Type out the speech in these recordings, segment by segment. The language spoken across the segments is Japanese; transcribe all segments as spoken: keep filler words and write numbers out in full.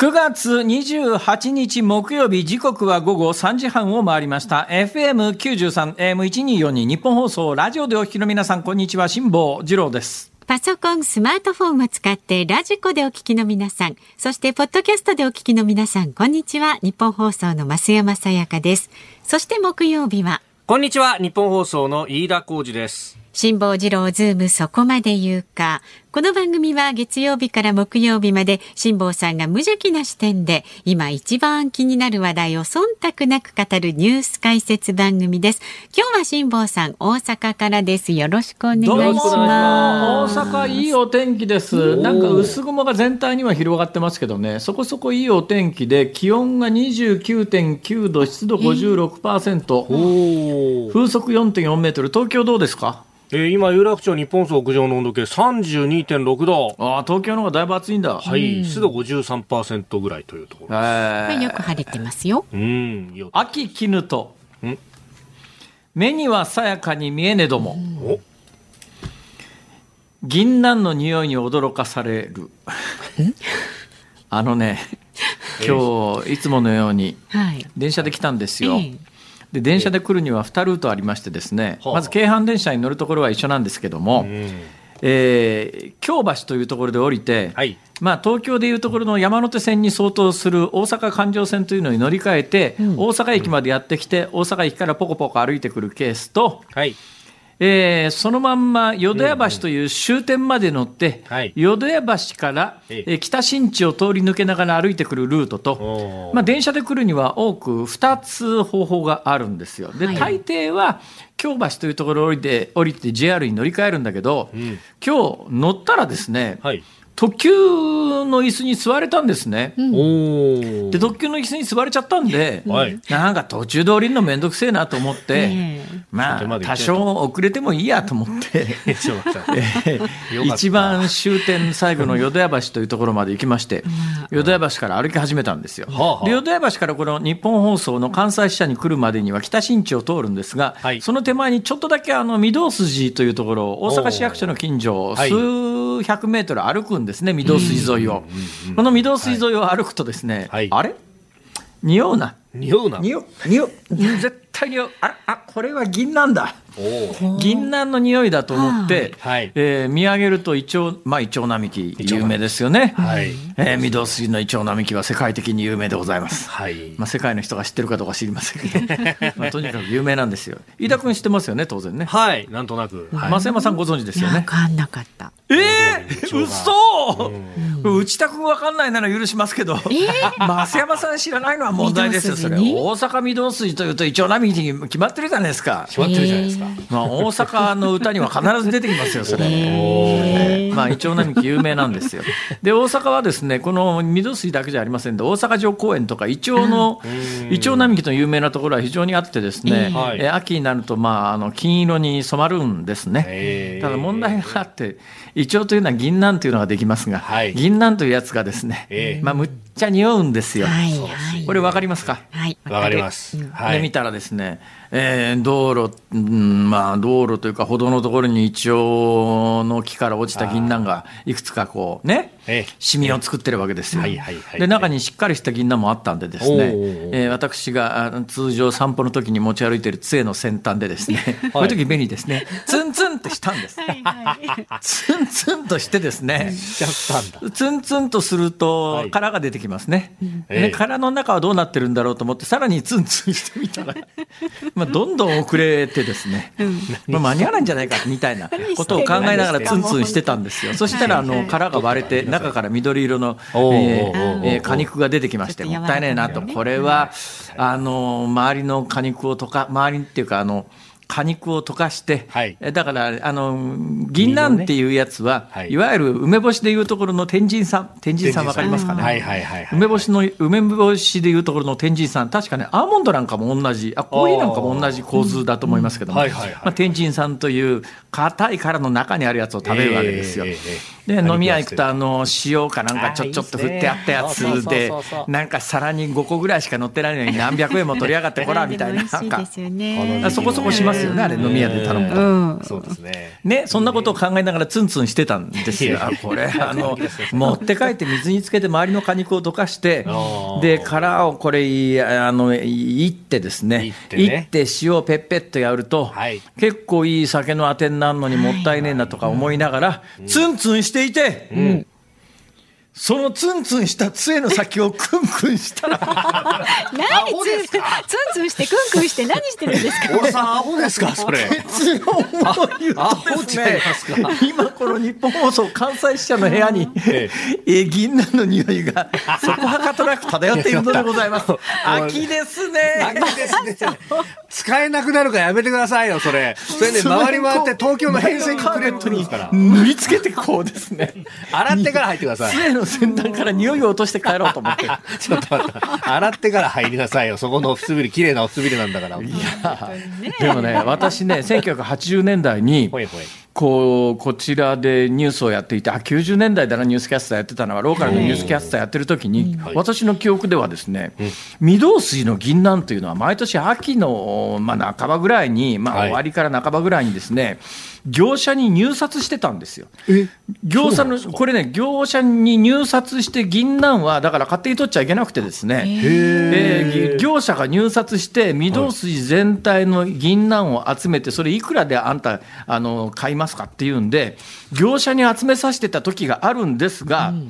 くがつにじゅうはちにち木曜日、時刻は午後さんじはんを回りました。 エフエムきゅうじゅうさん エーエムせんにひゃくよんじゅうに 日本放送ラジオでお聞きの皆さん、こんにちは。辛坊治郎です。 パソコン、スマートフォンを使ってラジコでお聞きの皆さん、そしてポッドキャストでお聞きの皆さん、こんにちは。日本放送の増山さやかです。そして木曜日は、 こんにちは。日本放送の飯田浩司です。 辛坊治郎ズームそこまで言うか。この番組は月曜日から木曜日まで辛坊さんが無邪気な視点で今一番気になる話題を忖度なく語るニュース解説番組です。今日は辛坊さん大阪からです。よろしくお願いします。 大阪いいお天気です。なんか薄雲が全体には広がってますけどね、そこそこいいお天気で気温が にじゅうきゅうてんきゅうど、湿度 ごじゅうろくパーセント、えー、風速 よんてんよんメートル。東京どうですか？ えー、今有楽町日本放送屋上の温度計 さんじゅうにてんろくど。 ああ、東京の方がだいぶ暑いんだ。 はい、湿度 ごじゅうさんパーセント ぐらいというところです。 えー、よく晴れてますよ。 うん、よ秋絹とん目にはさやかに見えねども、お銀杏の匂いに驚かされるあのね、今日いつものように電車で来たんですよ、はい。で電車で来るにはにルートありましてですね、まず京阪電車に乗るところは一緒なんですけども、えー、京橋というところで降りて、はい、まあ、東京でいうところの山手線に相当する大阪環状線というのに乗り換えて、うん、大阪駅までやってきて、大阪駅からポコポコ歩いてくるケースと、はい、えー、そのまんま淀屋橋という終点まで乗って、うんうん、淀屋橋から、えー、北新地を通り抜けながら歩いてくるルートと、まあ、電車で来るには多くふたつ方法があるんですよ。で、はい、大抵は京橋というところを降りて、降りて ジェイアール に乗り換えるんだけど、うん、今日乗ったらですね、はい、特急の椅子に座れたんですね、うん、で特急の椅子に座れちゃったんで、はい、なんか途中で降りるのめんどくせえなと思って、まあ多少遅れてもいいやと思って一番終点最後の淀屋橋というところまで行きまして淀屋橋から歩き始めたんですよ。で淀屋橋からこの日本放送の関西支社に来るまでには北新地を通るんですが、はい、その手前にちょっとだけあの御堂筋というところ、大阪市役所の近所を数百メートル歩くんですね、御堂筋沿いを。この御堂筋沿いを歩くとですね、はい、あれ匂うな匂うな匂う匂う絶対匂う。ああ、これは銀杏だ。銀杏の匂いだと思って、はいえー、見上げるとイチョウ、まあ、イチョウ並木有名ですよね、はいえー、御堂筋のイチョウ並木は世界的に有名でございます、はいまあ、世界の人が知ってるかどうか知りませんけど、まあ、とにかく有名なんですよ。飯田君知ってますよね、当然ね。 はいなんとなく、はい、 増山さんご存知ですよね。 分かんなかった。 えー、嘘、うん、内田君分かんないなら許しますけど、えー、増山さん知らないのは問題ですよ。それ大阪御堂筋というとイチョウ並木に決まってるじゃないですか。 決まってるじゃないですか、 まあ、大阪の歌には必ず出てきますよそれ、えーまあ、イチョウ並木有名なんですよ。で大阪はですね、この御堂筋だけじゃありませんで、大阪城公園とかイチョウのイチョウ並木の有名なところは非常にあってですね、えーえー、秋になると、まあ、あの金色に染まるんですね、えー、ただ問題があって、イチョウというのは銀杏というのができますが、はい、銀杏というやつがですね、えーまあ、むっちゃ匂うんですよ、はいはい、これ分かりますか？ はい、 分かります、うんはい、 で見たらですね、えー、道路、うんまあ、道路というか歩道のところにイチョウの木から落ちた銀杏がいくつかこうね、ええ、シミを作ってるわけですよ、はいはいはい、で中にしっかりした銀杏もあったんでですね、えー、私が通常散歩の時に持ち歩いている杖の先端でですね、はい、こういう時目にですねツンツンってしたんですはい、はい、ツンツンとしてですねツンツンとすると殻が出てきますね、はい、で殻の中はどうなってるんだろうと思ってさらにツンツンしてみたらまあどんどん遅れてですね、うんまあ、間に合わないんじゃないかみたいなことを考えながらツンツンしてたんですよ。そしたらあの殻が割れて中から緑色の、えーえー、果肉が出てきまして、もったいないなと、これはあの周りの果肉をとか周りっていうかあの果肉を溶かして、はい、だからあの銀杏っていうやつは、ねはい、いわゆる梅干しでいうところの天神酸、天神酸わかりますかね、はいはいはいはい、梅干しの梅干しでいうところの天神酸、確かねアーモンドなんかも同じ、あコーヒーなんかも同じ構図だと思いますけども、うんうんはいはいはいまあ、天神酸という硬い殻の中にあるやつを食べるわけですよ、えーえー、で飲み屋行くとあの塩かなんかちょちょっと振ってあったやつでなんか皿にごこぐらいしか乗ってないのに何百円も取りやがってこらみたいな、なんかそこそこしますますよね、あれ飲み屋で頼むと、 うん、そうですね。 ね、そんなことを考えながらツンツンしてたんですよ。これあの持って帰って水につけて周りの果肉を溶かしてで殻をこれあのいってですね、いってね、いって塩をペッペッとやると、はい、結構いい酒のあてになるのにもったいねえなとか思いながら、はい、ツンツンしていて、うんうんそのツンツンした杖の先をクンクンしたら何ツンツンツンしてクンクンして何してるんですか。 おさんアホですかそれ。 別の思いを言うとですね、今この日本放送関西支社の部屋に、ええ、銀杏の匂いがそこはかとなく漂っているのでございます。秋ですね。 秋ですね。使えなくなるからやめてくださいよそれ。それで、ね、回り回って東京の変遷にくれるんですから塗りつけてこうですね。 洗ってから入ってください。 杖の先端から匂いを落として帰ろうと思ってちょっと待って洗ってから入りなさいよ。そこのオフィスビル綺麗なオフィスビルなんだから。いやでもね私ねせんきゅうひゃくはちじゅうねんだいにほいほいこうこちらでニュースをやっていてあきゅうじゅうねんだいだなニュースキャスターやってたのはローカルのニュースキャスターやってる時に、うん、私の記憶ではですね、うん、御堂筋の銀杏というのは毎年秋の、まあ、半ばぐらいに、まあ、終わりから半ばぐらいにですね、はい業者に入札してたんですよ。業者のこれね業者に入札して銀杏はだから勝手に取っちゃいけなくてですね、えー、業者が入札して御堂筋全体の銀杏を集めてそれいくらであんたあの買いますかっていうんで業者に集めさせてた時があるんですが、うん、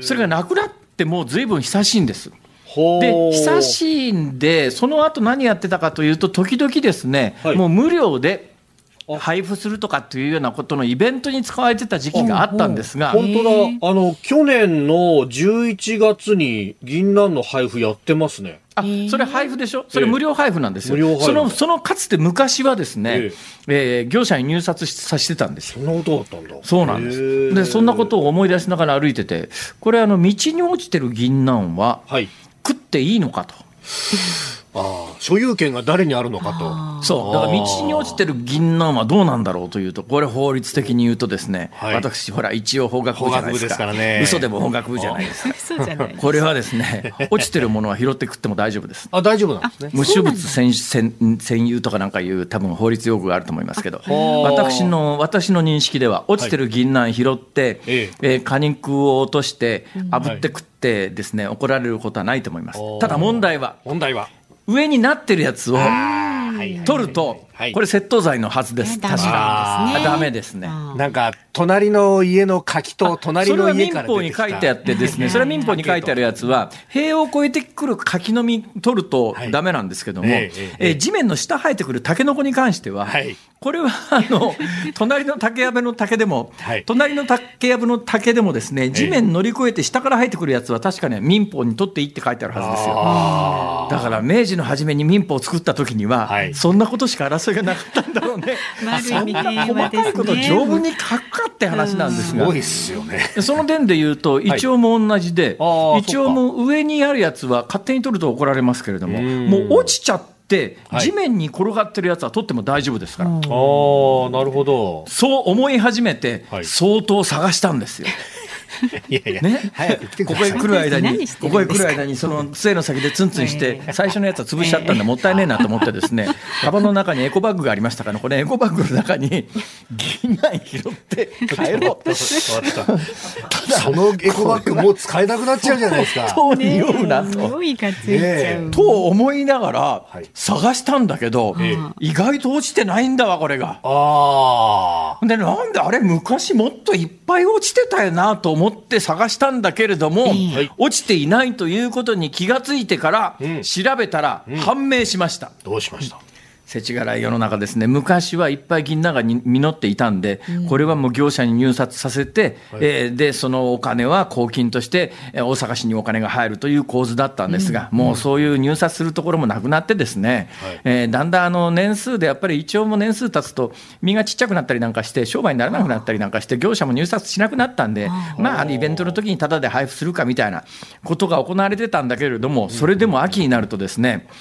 それがなくなってもうずいぶん久しいんです。で久しいんでその後何やってたかというと時々ですね、はい、もう無料で配布するとかっていうようなことのイベントに使われてた時期があったんですが本当だあの去年のじゅういちがつに銀杏の配布やってますね。 あそれ配布でしょそれ無料配布なんですよ、えー、そのそのかつて昔はですね、えーえー、業者に入札させてたんですよ。 そんなことだったんだ。 そうなんです、えー、でそんなことを思い出しながら歩いててこれあの道に落ちてる銀杏は、はい、食っていいのかとあ所有権が誰にあるのかと。 そうだから道に落ちてる銀杏はどうなんだろうというとこれ法律的に言うとですね、はい、私ほら一応法学部じゃないですか。 法学部ですからね。 嘘でも法学部じゃないですか。嘘じゃないこれはですね落ちてるものは拾って食っても大丈夫です。 あ大丈夫なんですね。 無種物占有とかなんかいう多分法律用語があると思いますけど私の私の認識では落ちてる銀杏拾って、はいええー、果肉を落として炙って食ってですね、はい、怒られることはないと思います。ただ問題は問題は上になってるやつを取るとこれ窃盗罪のはずです。確かダメですね。 なんか隣の家の柿と隣の家から出てきた。 それは民法に書いてあってですねそれは民法に書いてあるやつは塀を越えてくる柿の実取るとダメなんですけども、はいええええ、地面の下生えてくるタケノコに関しては、はい、これはあの隣の竹やぶの竹でも、はい、隣の竹やぶの竹でもですね地面乗り越えて下から生えてくるやつは確かに民法に取っていいって書いてあるはずですよ。だから明治の初めに民法を作った時には、はい、そんなことしか争いがなかったんだろうね。そんな細かいことを条文に書くかって話なんですが、 すごいっすよね。 その点で言うとイチョウも同じで、はい、イチョウも上にあるやつは勝手に取ると怒られますけれどももう落ちちゃって地面に転がってるやつは取っても大丈夫ですから、はい、あーなるほど。 そう思い始めて相当探したんですよ。 いやいや、 ね、早く来てください。ここへ来る間にここへ来る間にその杖の先でツンツンして最初のやつは潰しちゃったんでもったいねえなと思ってですねカバンの中にエコバッグがありましたからこれエコバッグの中に銀杏拾って帰ろうとそのエコバッグもう使えなくなっちゃうじゃないですか。 と匂うなと、ね、と思いながら探したんだけど、はい、意外と落ちてないんだわこれが。あでなんであれ昔もっといっぱい落ちてたよなと思って探したんだけれども、はい、落ちていないということに気がついてから調べたら判明しました、 うんうん、どうしました。 世知辛い世の中ですね。昔はいっぱい銀杏が実っていたんで、うん、これはもう業者に入札させて、はい、えー、でそのお金は公金として大阪市にお金が入るという構図だったんですが、うん、もうそういう入札するところもなくなってですね、はい、えー、だんだんあの年数でやっぱりイチョウも年数経つと実がちっちゃくなったりなんかして商売にならなくなったりなんかして業者も入札しなくなったんで、まあイベントの時にタダで配布するかみたいなことが行われてたんだけれども、それでも秋になるとですね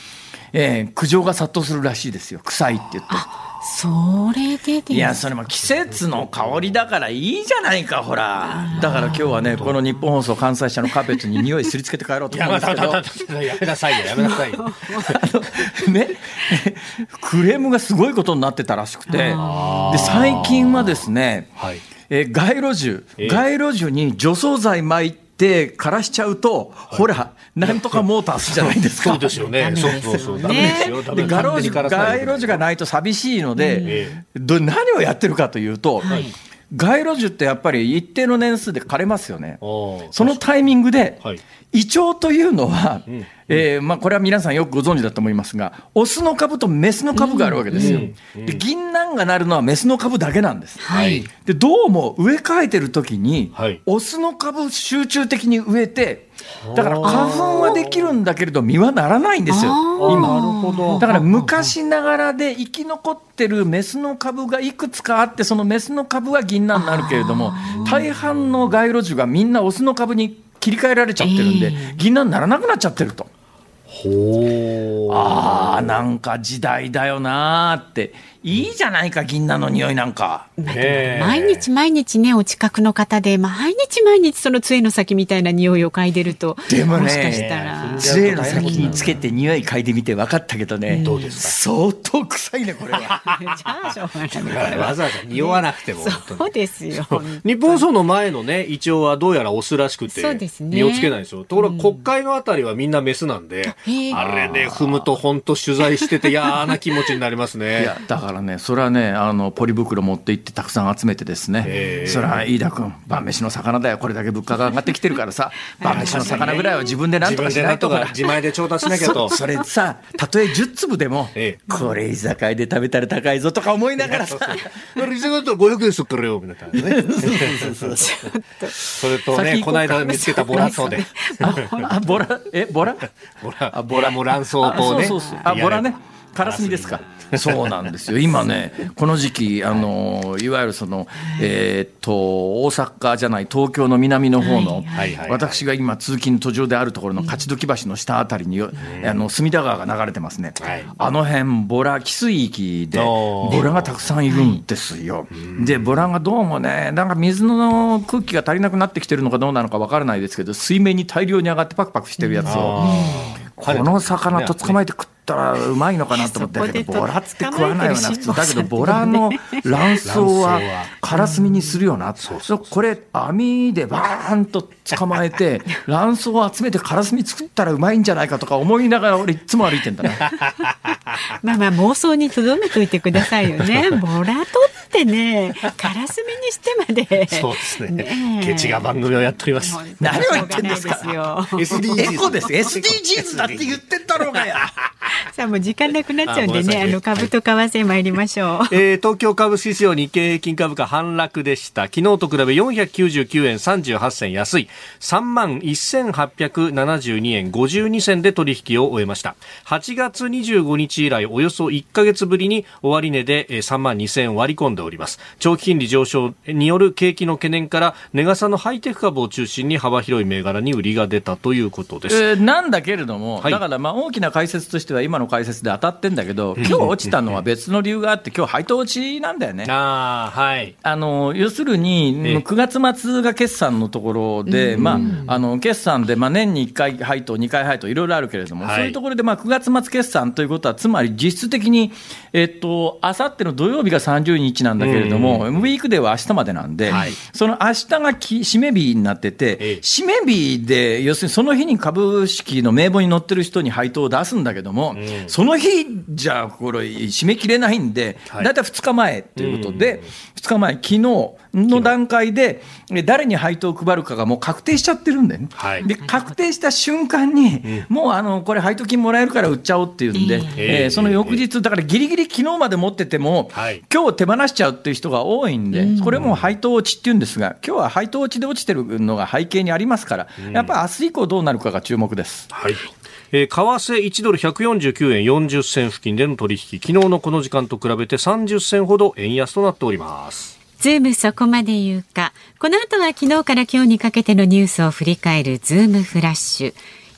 えー、苦情が殺到するらしいですよ。臭いって言って。 それでですいや、それも季節の香りだからいいじゃないか、ほら。だから今日はね、この日本放送関西社のカーペットに匂いすりつけて帰ろうと思うんですけど。 やめなさいよ、やめなさいよ。 あのね、クレームがすごいことになってたらしくて、で最近はですね、はい、えー、街路樹、えー、街路樹に除草剤撒いてで枯らしちゃうと、はい、ほらなんとかモーターすじゃないですか。 そうですよね。そうそうそう。ダメですよ。 で街路樹がないと寂しいので、えー、ど何をやってるかというと、はい、街路樹ってやっぱり一定の年数で枯れますよね。そのタイミングで、はい、イチョウというのは、うん、えーまあ、これは皆さんよくご存知だと思いますが、オスの株とメスの株があるわけですよ。うんうん、で銀杏がなるのはメスの株だけなんです。はい、でどうも植え替えてる時に、はい、オスの株集中的に植えて、だから花粉はできるんだけれど実はならないんですよ今。なるほど。だから昔ながらで生き残ってるメスの株がいくつかあって、そのメスの株は銀杏になるけれども、大半の街路樹がみんなオスの株に切り替えられちゃってるんで、えー、銀杏にならなくなっちゃってると。ほー、あー、なんか時代だよなーって。いいじゃないか、銀杏の匂いなんか。 毎日毎日ね、お近くの方で毎日毎日その杖の先みたいな匂いを嗅いでると、 でもね、 もしかしたら杖の先につけて匂い嗅いでみて分かったけどね、どうですか、相当臭いねこれは。 じゃあしょうがない。 わざわざ匂わなくても、ね、 そうですよ。 日本放送の前のね、イチョウはどうやらオスらしくて、実をつけないんですよ。ところが国会のあたりはみんなメスなんで、うん、あれで踏むと本当取材してて嫌な気持ちになりますね。 いやだからね、それはね、あのポリ袋持って行ってたくさん集めてですね、それは飯田君、晩飯の魚だよ、これだけ物価が上がってきてるからさ、晩飯の魚ぐらいは自分で何とかしないとか、 自前で調達しなきゃと。 それさ、たとえじゅっつぶでも、ええ、これ居酒屋で食べたら高いぞとか思いながらさ、これ居酒屋だったらごひゃくえんすっからよみたいなね。それとね、この間見つけたボラそうで、 あ、ボラ、え、ボラ、 ボラ、ボラも卵巣をね、 そうそうそう、あ、ボラね、カラスミですか。そうなんですよ。今ね、この時期、あのいわゆるその、えー、っと大阪じゃない東京の南の方の、はいはい、私が今通勤途上であるところの勝どき橋の下あたりに、うん、あの隅田川が流れてますね、はい、あの辺ボラ汽水域でボラがたくさんいるんですよ、はい、でボラがどうもね、なんか水の空気が足りなくなってきてるのかどうなのかわからないですけど、水面に大量に上がってパクパクしてるやつを、この魚と捕まえて食ったらうまいのかなと思ったけど、ボラって食わないよな普通だけど、ボラの卵巣はカラスミにするよな、これ網でバーンと捕まえて卵巣を集めてカラスミ作ったらうまいんじゃないかとか思いながら俺いつも歩いてんだね。 まあまあ妄想にとどめといてくださいよね。ボラ取ってね、カラスミにしてまで。 そうですね。ね、ケチが番組をやっております。 何を言ってんですか。エスディージーズ エコです。エスディージーズ だって言ってんだろうがや。 さあもう時間なくなっちゃうんでね、あの株と為替参りましょう。 えー、東京株式市場日経平均株価反落でした。昨日と比べよんひゃくきゅうじゅうきゅうえんさんじゅうはっせん安い さんまんせんはっぴゃくななじゅうにえんごじゅうにせんで取引を終えました。はちがつにじゅうごにち以来およそいっかげつぶりに終値でさんまんにせんえん割り込んでおります。長期金利上昇による景気の懸念から値傘のハイテク株を中心に幅広い銘柄に売りが出たということです。 えー、なんだけれども、はい、だからまあ大きな解説としては今の解説で当たってんだけど、今日落ちたのは別の理由があって、今日配当落ちなんだよね。 あ、はい、 あの要するにくがつ末が決算のところで、まあ、あの決算でまあ年にいっかい配当にかい配当いろいろあるけれども、はい、そういうところでまあくがつ末決算ということはつまり実質的にえっとあさっての土曜日がさんじゅうにちなんだけれども、ウィークデーは明日までなんで、はい、その明日がき締め日になってて、ええ、締め日で要するにその日に株式の名簿に載ってる人に配当を出すんだけども、うん、その日じゃあこれ締め切れないんで、はい、だいたいふつかまえということで、うん、ふつかまえ昨日の段階で誰に配当を配るかがもう確定しちゃってるんだよね、はい、で確定した瞬間に、うん、もうあのこれ配当金もらえるから売っちゃおうっていうんで、えーえー、その翌日だからギリギリ昨日まで持ってても、はい、今日手放しちゃうっていう人が多いんで、うん、これも配当落ちっていうんですが、今日は配当落ちで落ちてるのが背景にありますから、うん、やっぱり明日以降どうなるかが注目です。 はい、えー、為替いちドルひゃくよんじゅうきゅうえんよんじゅっせん付近での取引、昨日のこの時間と比べてさんじゅっせんほど円安となっております。 ズームそこまで言うか。この後は昨日から今日にかけてのニュースを振り返るズームフラッシュ。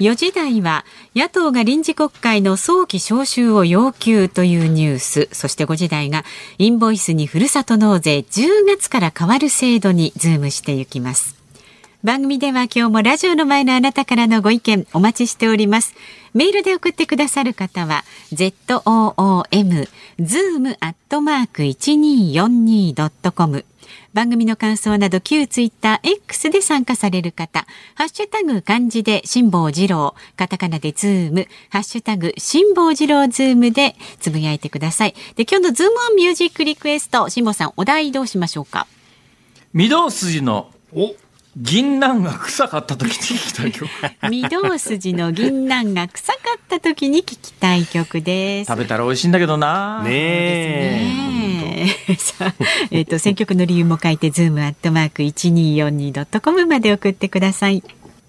よじ台は野党が臨時国会の早期召集を要求というニュース、そしてごじ台がインボイスにふるさと納税じゅうがつから変わる制度にズームしていきます。番組では今日もラジオの前のあなたからのご意見お待ちしております。メールで送ってくださる方は ズーム ズーム アットマーク いちにーよんにー ドットコム、番組の感想など旧ツイッター X で参加される方、ハッシュタグ漢字で辛坊治郎、カタカナでズーム、ハッシュタグ辛坊治郎ズームでつぶやいてください。で、今日のズームオンミュージックリクエスト、辛坊さんお題どうしましょうか。 御堂筋の銀杏が臭かった時に聞きたい曲。 御堂筋の銀杏が臭かった時に聞きたい曲です。 食べたら美味しいんだけどな。 ねえ。 さあ、えっと選曲の理由も書いてズームアットマーク いちにーよんにー ドットコム まで送ってください。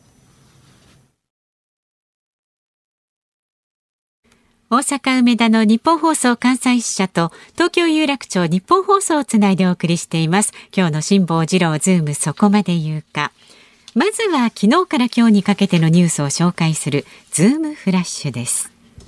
大阪梅田の日本放送関西支社と東京有楽町日本放送をつないでお送りしています。今日の辛坊治郎ズームそこまで言うか。まずは昨日から今日にかけてのニュースを紹介するズームフラッシュです。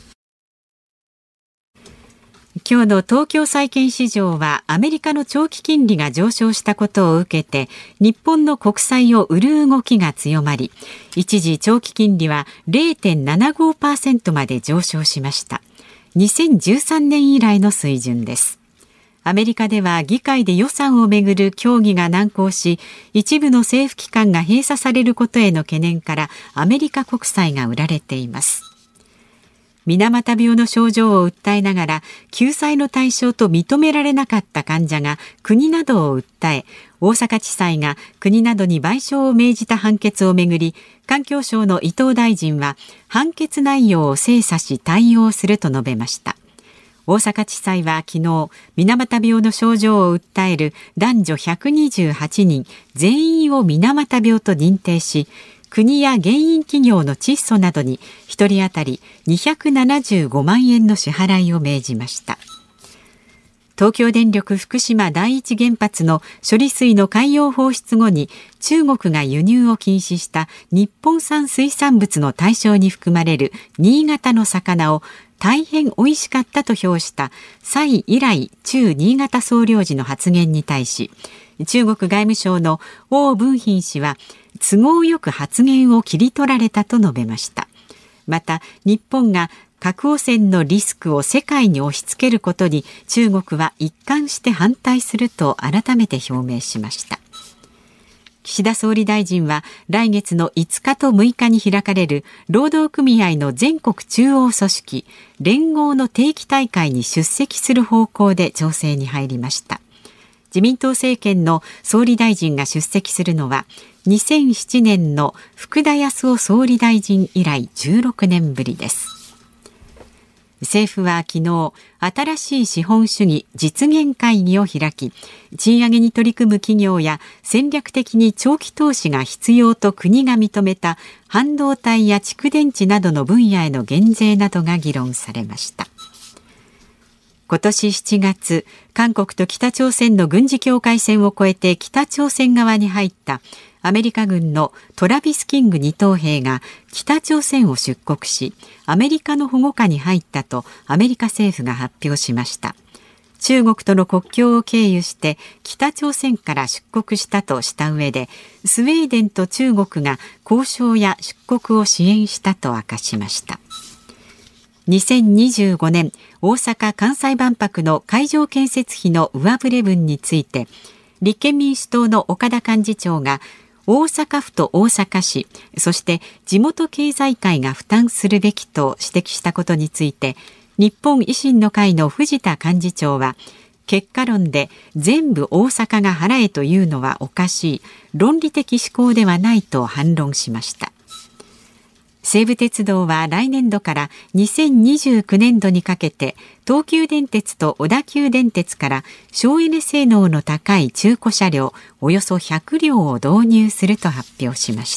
今日の東京債券市場はアメリカの長期金利が上昇したことを受けて日本の国債を売る動きが強まり、一時長期金利は ゼロてんななごパーセント まで上昇しました。にせんじゅうさんねん以来の水準です。アメリカでは議会で予算をめぐる協議が難航し、一部の政府機関が閉鎖されることへの懸念からアメリカ国債が売られています。水俣病の症状を訴えながら救済の対象と認められなかった患者が国などを訴え、大阪地裁が国などに賠償を命じた判決をめぐり、環境省の伊藤大臣は判決内容を精査し対応すると述べました。大阪地裁は昨日、水俣病の症状を訴える男女ひゃくにじゅうはちにん全員を水俣病と認定し、国や原因企業の窒素などにひとり当たりにひゃくななじゅうごまんえんの支払いを命じました。東京電力福島第一原発の処理水の海洋放出後に中国が輸入を禁止した日本産水産物の対象に含まれる新潟の魚を大変美味しかったと評した蔡以来駐新潟総領事の発言に対し、中国外務省の王文賓氏は都合よく発言を切り取られたと述べました。また日本が核汚染のリスクを世界に押し付けることに中国は一貫して反対すると改めて表明しました。岸田総理大臣は来月のいつかとむいかに開かれる労働組合の全国中央組織連合の定期大会に出席する方向で調整に入りました。自民党政権の総理大臣が出席するのはにせんななねんの福田康夫総理大臣以来じゅうろくねんぶりです。政府は昨日、新しい資本主義実現会議を開き、賃上げに取り組む企業や戦略的に長期投資が必要と国が認めた半導体や蓄電池などの分野への減税などが議論されました。今年しちがつ、韓国と北朝鮮の軍事境界線を越えて北朝鮮側に入ったアメリカ軍のトラビス・キングに等兵が北朝鮮を出国し、アメリカの保護下に入ったとアメリカ政府が発表しました。中国との国境を経由して北朝鮮から出国したとした上で、スウェーデンと中国が交渉や出国を支援したと明かしました。にせんにじゅうごねん大阪・関西万博の会場建設費の上振れ分について、立憲民主党の岡田幹事長が大阪府と大阪市、そして地元経済界が負担するべきと指摘したことについて、日本維新の会の藤田幹事長は、結果論で全部大阪が払えというのはおかしい、論理的思考ではないと反論しました。西武鉄道は来年度からにせんにじゅうきゅうねんどにかけて東急電鉄と小田急電鉄から省エネ性能の高い中古車両およそひゃくりょうを導入すると発表しました。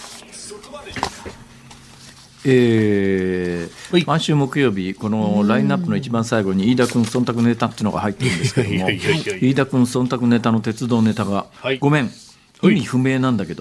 えー、毎週木曜日このラインナップの一番最後に飯田君忖度ネタっていうのが入ってるんですけども、飯田君忖度ネタの鉄道ネタが、はい、ごめん意味不明なんだけど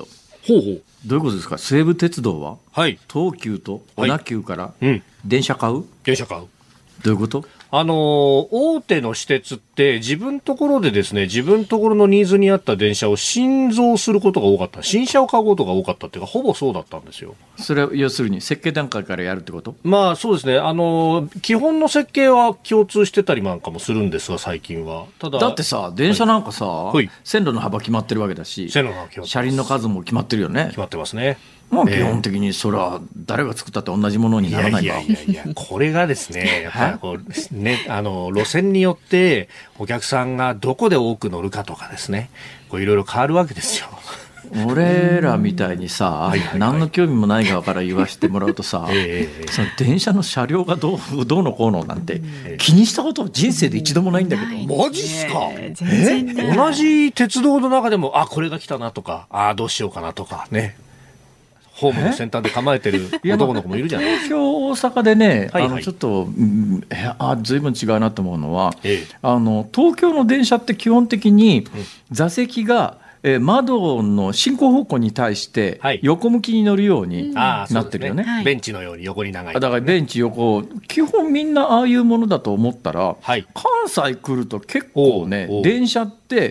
ほうほう。 どういうことですか。西武鉄道は、 はい、 東急と小田急から電車買う、はい、うん、 電車買う。 どういうこと？ あのー、大手の私鉄って自分ところでですね、自分ところのニーズに合った電車を新造することが多かった。新車を買うことが多かったっていうか、ほぼそうだったんですよ。 それは要するに設計段階からやるってこと？ まあそうですね。あのー、基本の設計は共通してたりなんかもするんですが、最近は。ただ、 だってさ、電車なんかさ、はい、線路の幅決まってるわけだし、 線路の幅決まってます。 車輪の数も決まってるよね。 決まってますね。 まあ、基本的にそれは誰が作ったって同じものにならないか。 いやいやいやいや、これがですね、やっぱりこうね、あの路線によってお客さんがどこで多く乗るかとかですね、こういろいろ変わるわけですよ。 俺らみたいにさ、はいはいはい、何の興味もない側から言わせてもらうとさ、えー、その電車の車両がどう、どうのこうのなんて気にしたこと人生で一度もないんだけど、えー、マジっすか？えー、同じ鉄道の中でも、あ、これが来たなとか、あ、どうしようかなとかね、ホームの先端で構えてる男の子もいるじゃないですか。 東京、大阪でね、はいはい、あのちょっと、うん、あ、ずいぶん違うなと思うのは、ええ、あの東京の電車って基本的に座席が、えー、窓の進行方向に対して横向きに乗るようになってるよね。 はい、ね、ベンチのように横に長い、 だからベンチ横、基本みんなああいうものだと思ったら、はい、関西来ると結構ね、電車って、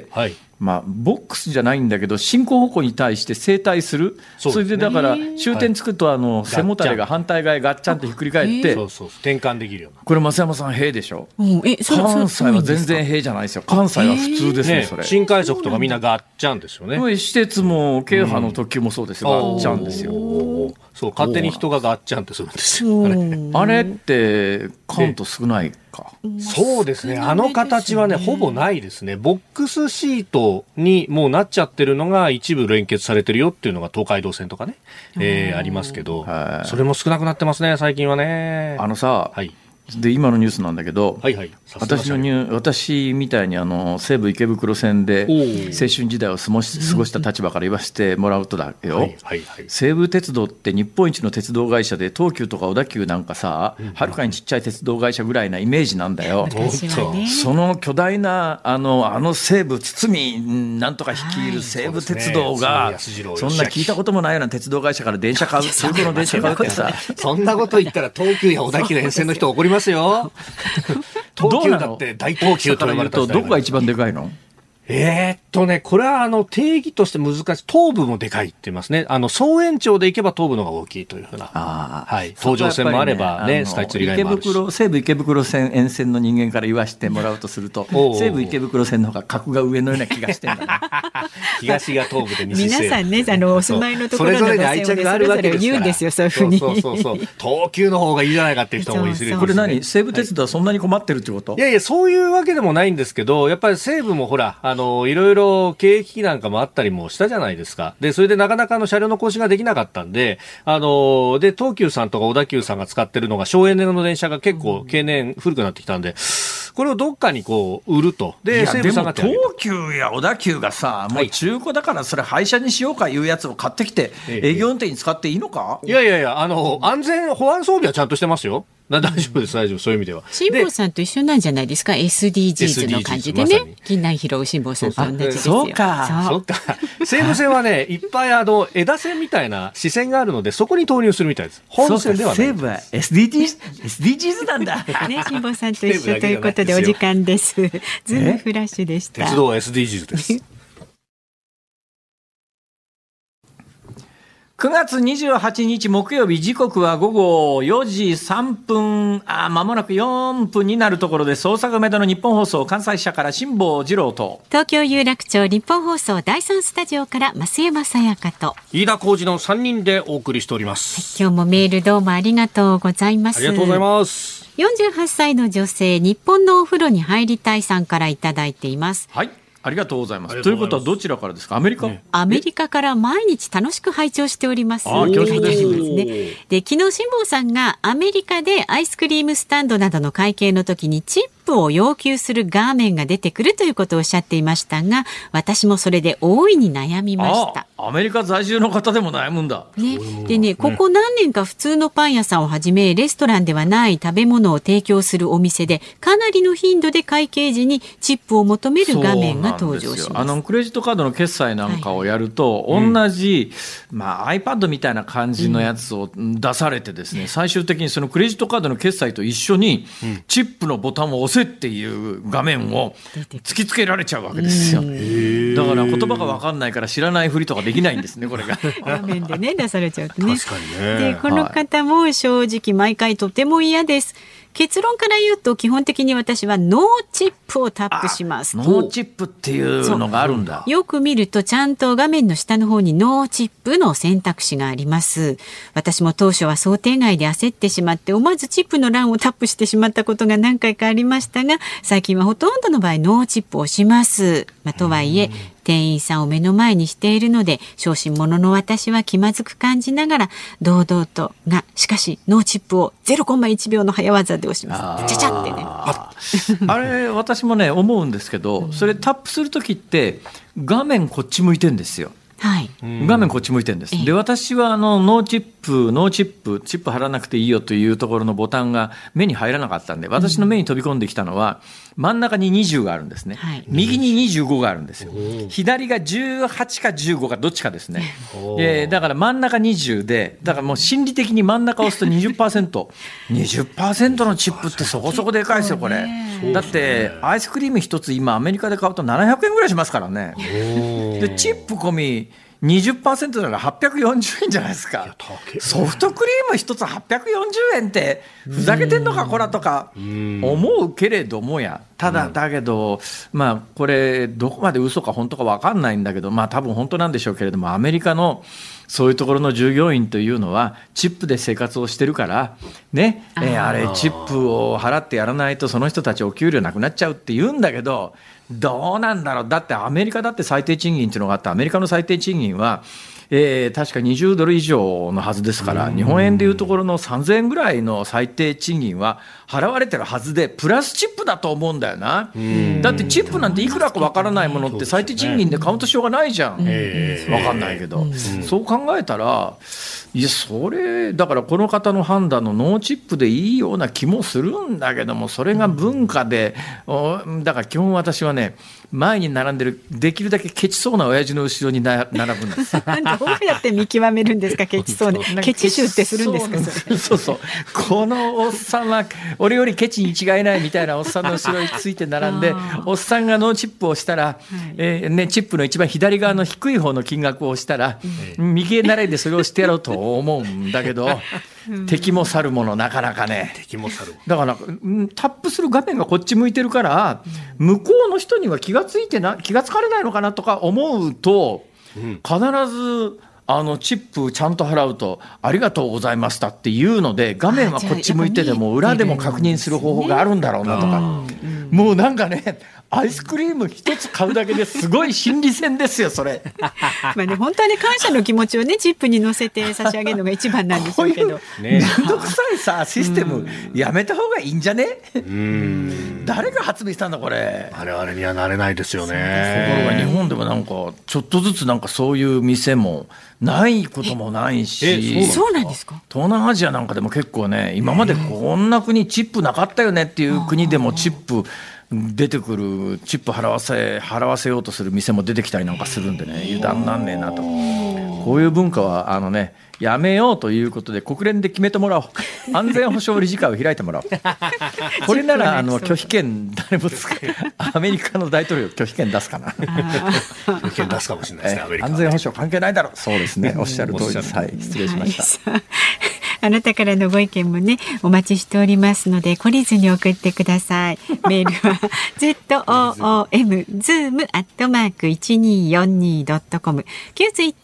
はい、まあ、ボックスじゃないんだけど進行方向に対して正対する。 そ, う、ね、それでだから終点つくと、あの、はい、背もたれが反対側へガッチャンってひっくり返って、 そうそう転換できるような。 これ増山さんへでしょ。うん、え関西は全然へじゃないですよ。関西は普通ですね。それ新快速とかみんなガッチャンですよね。 私鉄も京阪の特急もそうですよ、うん、ガッチャンですよ。 そう、勝手に人がガッチャンってするんですよ。 あれってカウント少ないか。 そうですね、あの形はねほぼないですね。ボックスシートにもうなっちゃってるのが一部連結されてるよっていうのが東海道線とかね、えー、ありますけど、それも少なくなってますね最近はね。 あのさ、はい、で今のニュースなんだけど、はいはい、私のニュ私みたいにあの西武池袋線で青春時代を過ごし、過ごした立場から言わせてもらうとだよ、はいはいはい、西武鉄道って日本一の鉄道会社で、東急とか小田急なんかさ、うん、はるかにちっちゃい鉄道会社ぐらいなイメージなんだよ、ね、その巨大なあの、あの西武堤なんとか率いる西武鉄道が、はい、そんな聞いたこともないような鉄道会社から電車買う、中古の電車買うってさ、 そんなこと言ったら東急や小田急の沿線の人怒りますよ。東急だって大東急と呼ばれたと、どこが一番でかいの？ えーっとね、これはあの定義として難しい。東部もでかいって言いますね。あの総延長でいけば東部の方が大きいというふうな。あ、はい、東上線もあればね、スカイツリーラインもあるし。 池袋、西武池袋線沿線の人間から言わせてもらうとすると、西武池袋線の方が格が上のような気がしてんだな。 東が東部で西西。 皆さんね、あのお住まいのところの路線をね、それぞれ言うんですよ、そういうふうに。 そうそうそうそう。東急の方がいいじゃないかっていう人もいるし、ね。 これ何？西武鉄道はそんなに困ってるってこと？ いやいや、そういうわけでもないんですけど、やっぱり西武もほら、あのいろいろ経営危機なんかもあったりもしたじゃないですか。で、それでなかなかの車両の更新ができなかったんで、あので東急さんとか小田急さんが使ってるのが省エネの電車が結構経年古くなってきたんで、これをどっかにこう売ると。で、西武さんが手東急や小田急がさ、もう中古だからそれ廃車にしようかいうやつを買ってきて、はい、営業運転に使っていいのか？ いやいやいや、あの安全保安装備はちゃんとしてますよ。大丈夫です大丈夫、そういう意味では。 辛坊さんと一緒なんじゃないですか。 エスディージーズ の感じでね、ま、金南拾う辛坊さんと同じですよ。 そうかそうか。西武線はねいっぱいあの枝線みたいな支線があるので、そこに投入するみたいです。本線ではない。 西武は エスディージーズ エスディージーズ なんだね、辛坊さんと一緒ということでお時間です。ズームフラッシュでした。 鉄道は エスディージーズ ですくがつにじゅうはちにち木曜日、時刻は午後よじさんぷん、あ、間もなくよんぷんになるところです。大阪梅田の日本放送関西支社から辛坊治郎と、 東京有楽町日本放送だいさんスタジオから増山さやかと飯田浩司のさんにんでお送りしております。 はい、今日もメールどうもありがとうございます。 ありがとうございます。 よんじゅうはっさいの女性、日本のお風呂に入りたいさんからいただいています。 はい、ありがとうございます。ということはどちらからですか？アメリカ、ね、 アメリカから毎日楽しく拝聴しております。 あ、恐縮ですね。で、昨日辛坊さんがアメリカでアイスクリームスタンドなどの会計の時にチップを要求する画面が出てくるということをおっしゃっていましたが、私もそれで大いに悩みました。 あ、アメリカ在住の方でも悩むんだ、 ね、でね、ここ何年か普通のパン屋さんをはじめレストランではない食べ物を提供するお店でかなりの頻度で会計時にチップを求める画面が登場します。 あのクレジットカードの決済なんかをやると、はい、同じ、うん、まあ、iPad みたいな感じのやつを出されてですね、うん、最終的にそのクレジットカードの決済と一緒にチップのボタンを押せっていう画面を突きつけられちゃうわけですよ。だから言葉が分かんないから知らないふりとかできないんですね、これが画面でね出されちゃうとね。 確かにね。 でこの方も正直毎回とても嫌です。結論から言うと基本的に私はノーチップをタップします。 ノーチップっていうのがあるんだ。 よく見るとちゃんと画面の下の方にノーチップの選択肢があります。私も当初は想定外で焦ってしまって思わずチップの欄をタップしてしまったことが何回かありましたが、最近はほとんどの場合ノーチップを押します。まあ、とはいえ店員さんを目の前にしているので小心者の私は気まずく感じながら堂々とがしかしノーチップを ゼロコンマいちびょうの早技で押します。ちゃちゃってね。 あ, あれ私もね思うんですけど、それタップするときって画面こっち向いてんですよ。 はい、 画面こっち向いてるんです。で私はあのノーチップノーチップチップ貼らなくていいよというところのボタンが目に入らなかったんで、私の目に飛び込んできたのは真ん中ににじゅうがあるんですね、はい、右ににじゅうごがあるんですよ。左がじゅうはちかじゅうごかどっちかですね。でだから真ん中にじゅうで、だからもう心理的に真ん中を押すと にじゅっパーセント にじゅっパーセント のチップってそこそこでかいですよこれ。だってアイスクリーム一つ今アメリカで買うとななひゃくえんぐらいしますからね。でチップ込み にじゅっパーセント ならはっぴゃくよんじゅうえんじゃないですか。ソフトクリーム一つはっぴゃくよんじゅうえんってふざけてんのかこらとか思うけれどもや、ただだけどまあこれどこまで嘘か本当か分かんないんだけど、まあ多分本当なんでしょうけれども、アメリカのそういうところの従業員というのはチップで生活をしてるからね、えー、あれチップを払ってやらないとその人たちお給料なくなっちゃうって言うんだけど、どうなんだろう。だってアメリカだって最低賃金っていうのがあって、アメリカの最低賃金は、えー、確かにじゅうドル以上のはずですから、日本円でいうところのさんぜんえんぐらいの最低賃金は払われてるはずで、プラスチップだと思うんだよな。だってチップなんていくらかわからないものって最低賃金でカウントしようがないじゃん。わかんないけど、そう考えたらいやそれだからこの方の判断のノーチップでいいような気もするんだけども、それが文化で、だから基本私はね、前に並んでるできるだけケチそうな親父の後ろにな並ぶんです。 なんかどうやって見極めるんですか、ケチそうね。ケチ臭ってするんですか。それそうそう、このおっさんは俺よりケチに違いないみたいなおっさんの後ろについて並んでおっさんがノーチップをしたら、はいえーね、チップの一番左側の低い方の金額を押したら、うん、右へ習いでそれをしてやろうと思うんだけど敵も去るものなかなかね。 敵も去る。 だからタップする画面がこっち向いてるから向こうの人には気がついてな気がつかれないのかなとか思うと、必ずあのチップちゃんと払うとありがとうございましたっていうので、画面はこっち向いてでも裏でも確認する方法があるんだろうなとか、もうなんかね、アイスクリーム一つ買うだけですごい心理戦ですよそれ。 まあね、本当はね、感謝の気持ちをねチップに乗せて差し上げるのが一番なんでしょうけど、 めんどくさいさシステムやめた方がいいんじゃね。うん誰が発明したんだこれ。 我々にはなれないですよね。 ところが日本でもなんかちょっとずつなんかそういう店もないこともないし、 そうなんですか。 東南アジアなんかでも結構ね、今までこんな国チップなかったよねっていう国でもチップ出てくる、チップ払わせ払わせようとする店も出てきたりなんかするんでね、油断なんねえなと。こういう文化はあのねやめようということで国連で決めてもらおう。安全保障理事会を開いてもらおう。これならあの拒否権誰もつかアメリカの大統領拒否権出すかな。 拒否権出すかもしれないですね。アメリカ安全保障関係ないだろう。そうですね、おっしゃる通りです。はい、失礼しました。 あなたからのご意見もねお待ちしておりますので懲りずに送ってください。メールは ズーム アットマーク いちにーよんにードットコム 旧ツイッター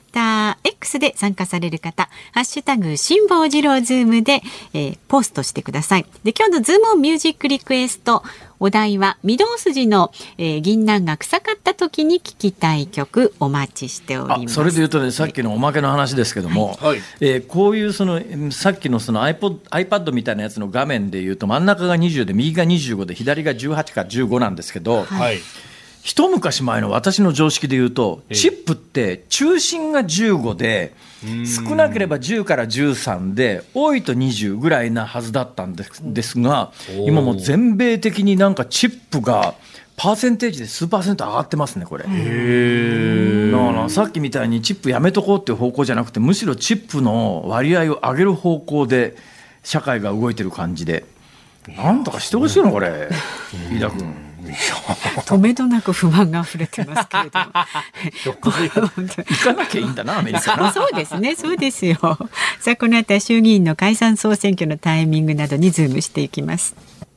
ター X で参加される方、ハッシュタグ辛坊治郎ズームで、えー、ポストしてください。で、今日のズームオンミュージックリクエスト、お題は御堂筋の、えー、銀杏が臭かった時に聴きたい曲お待ちしております。 あ、それで言うとね、さっきのおまけの話ですけども、はい、えー、こういうそのさっきのその iPod、iPad みたいなやつの画面で言うと真ん中がにじゅうで右がにじゅうごで左がじゅうはちかじゅうごなんですけど、はい、一昔前の私の常識で言うとチップって中心がじゅうごで少なければじゅうからじゅうさんで多いとにじゅうぐらいなはずだったんです、ですが今もう全米的になんかチップがパーセンテージで数パーセント上がってますねこれ。へー。だからさっきみたいにチップやめとこうっていう方向じゃなくてむしろチップの割合を上げる方向で社会が動いてる感じでなんとかしてほしいのこれ飯田君。 止めどなく不満が溢れてますけれども行かなきゃいいんだなアメリカな。 そうですね、そうですよ。さあこの後は衆議院の解散総選挙のタイミングなどにズームしていきます。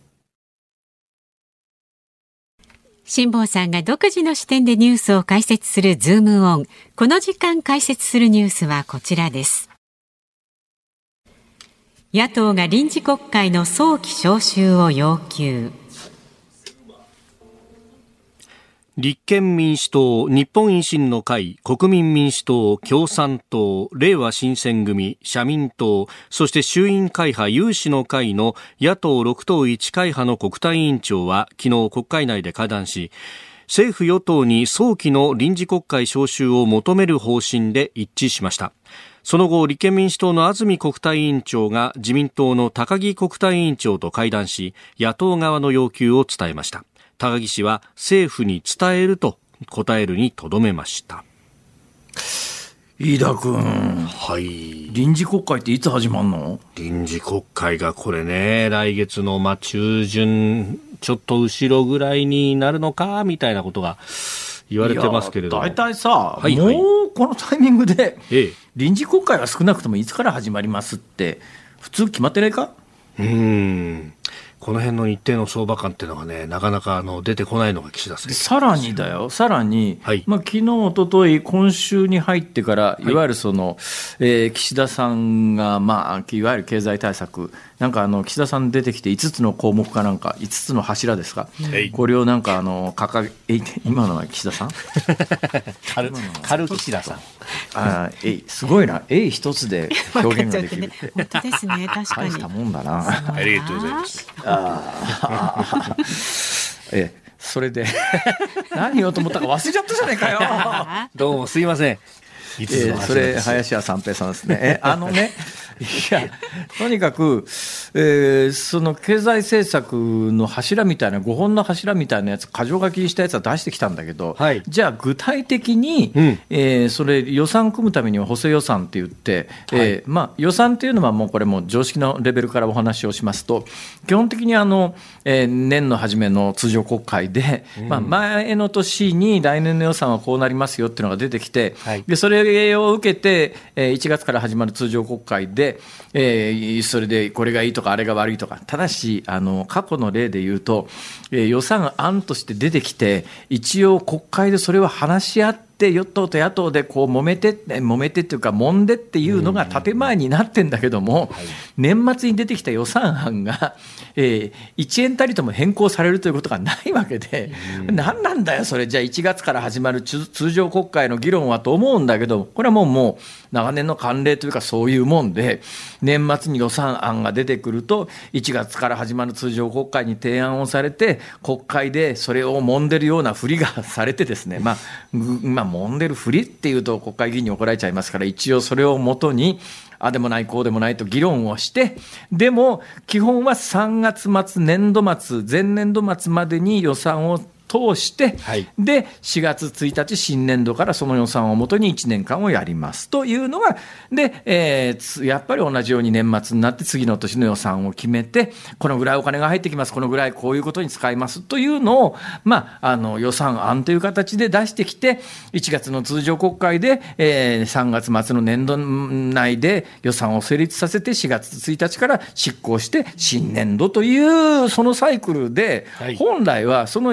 辛坊さんが独自の視点でニュースを解説するズームオン。この時間解説するニュースはこちらです。野党が臨時国会の早期召集を要求。 立憲民主党、日本維新の会、国民民主党、共産党、れいわ新選組、社民党、そして衆院会派有志の会の野党ろく党いち会派の国対委員長は昨日国会内で会談し、政府与党に早期の臨時国会召集を求める方針で一致しました。その後、立憲民主党の安住国対委員長が自民党の高木国対委員長と会談し、野党側の要求を伝えました。高木氏は政府に伝えると答えるにとどめました。 飯田君、 はい、 臨時国会っていつ始まるの？ 臨時国会がこれね、来月のまあ中旬ちょっと後ろぐらいになるのかみたいなことが言われてますけれども、 大体さ、 はいはい、 もうこのタイミングで、ええ、臨時国会は少なくともいつから始まりますって普通決まってないか？ うーん、この辺の日程の相場感っていうのがね、なかなかあの出てこないのが岸田政権。 さらにだよ、さらに、はい、まあ、昨日一昨日今週に入ってから、いわゆるその、はい、えー、岸田さんが、まあ、いわゆる経済対策、なんかあの岸田さん出てきていつつの項目かなんかいつつの柱ですか、うん、これをなんかあの掲げ、今のは岸田さん軽, 軽岸田さんあ、えいすごいな、えい一つで表現ができるって、 ね、本当ですね、確かに大したもんだな。 ありがとうございます。 あえそれで何言おうと思ったか忘れちゃったじゃないかよどうもすいません。 いつも、えー、それ林家三平さんですね。えあのねいやとにかく、えー、その経済政策の柱みたいなごほんの柱みたいなやつ箇条書きにしたやつは出してきたんだけど、はい、じゃあ具体的に、うん、えー、それ予算組むためには補正予算って言って、はい、えーまあ、予算っていうのはもうこれも常識のレベルからお話をしますと基本的にあの、えー、年の初めの通常国会で、うん、まあ、前の年に来年の予算はこうなりますよっていうのが出てきて、はい、でそれを受けて、えー、いちがつから始まる通常国会でえー、それでこれがいいとかあれが悪いとか、ただしあの過去の例で言うと、えー、予算案として出てきて一応国会でそれを話し合って与党と野党でこう揉めて揉めてっていうか揉んでっていうのが建前になってんだけども、年末に出てきた予算案が、えー、いちえんたりとも変更されるということがないわけで、何なんだよそれ、じゃあいちがつから始まる通常国会の議論はと思うんだけど、これはもうもう長年の慣例というかそういうもんで、年末に予算案が出てくるといちがつから始まる通常国会に提案をされて、国会でそれを揉んでるようなふりがされてですね、まあ、まあ、揉んでるふりっていうと国会議員に怒られちゃいますから、一応それをもとにあでもないこうでもないと議論をして、でも基本はさんがつ末、年度末、前年度末までに予算を通して、はい、でしがつついたち新年度からその予算をもとにいちねんかんをやりますというのがで、えー、やっぱり同じように年末になって次の年の予算を決めて、このぐらいお金が入ってきます、このぐらいこういうことに使いますというのを、まあ、あの予算案という形で出してきて、いちがつの通常国会で、えー、さんがつ末の年度内で予算を成立させてしがつついたちから執行して新年度というそのサイクルで、はい、本来はそのいちねん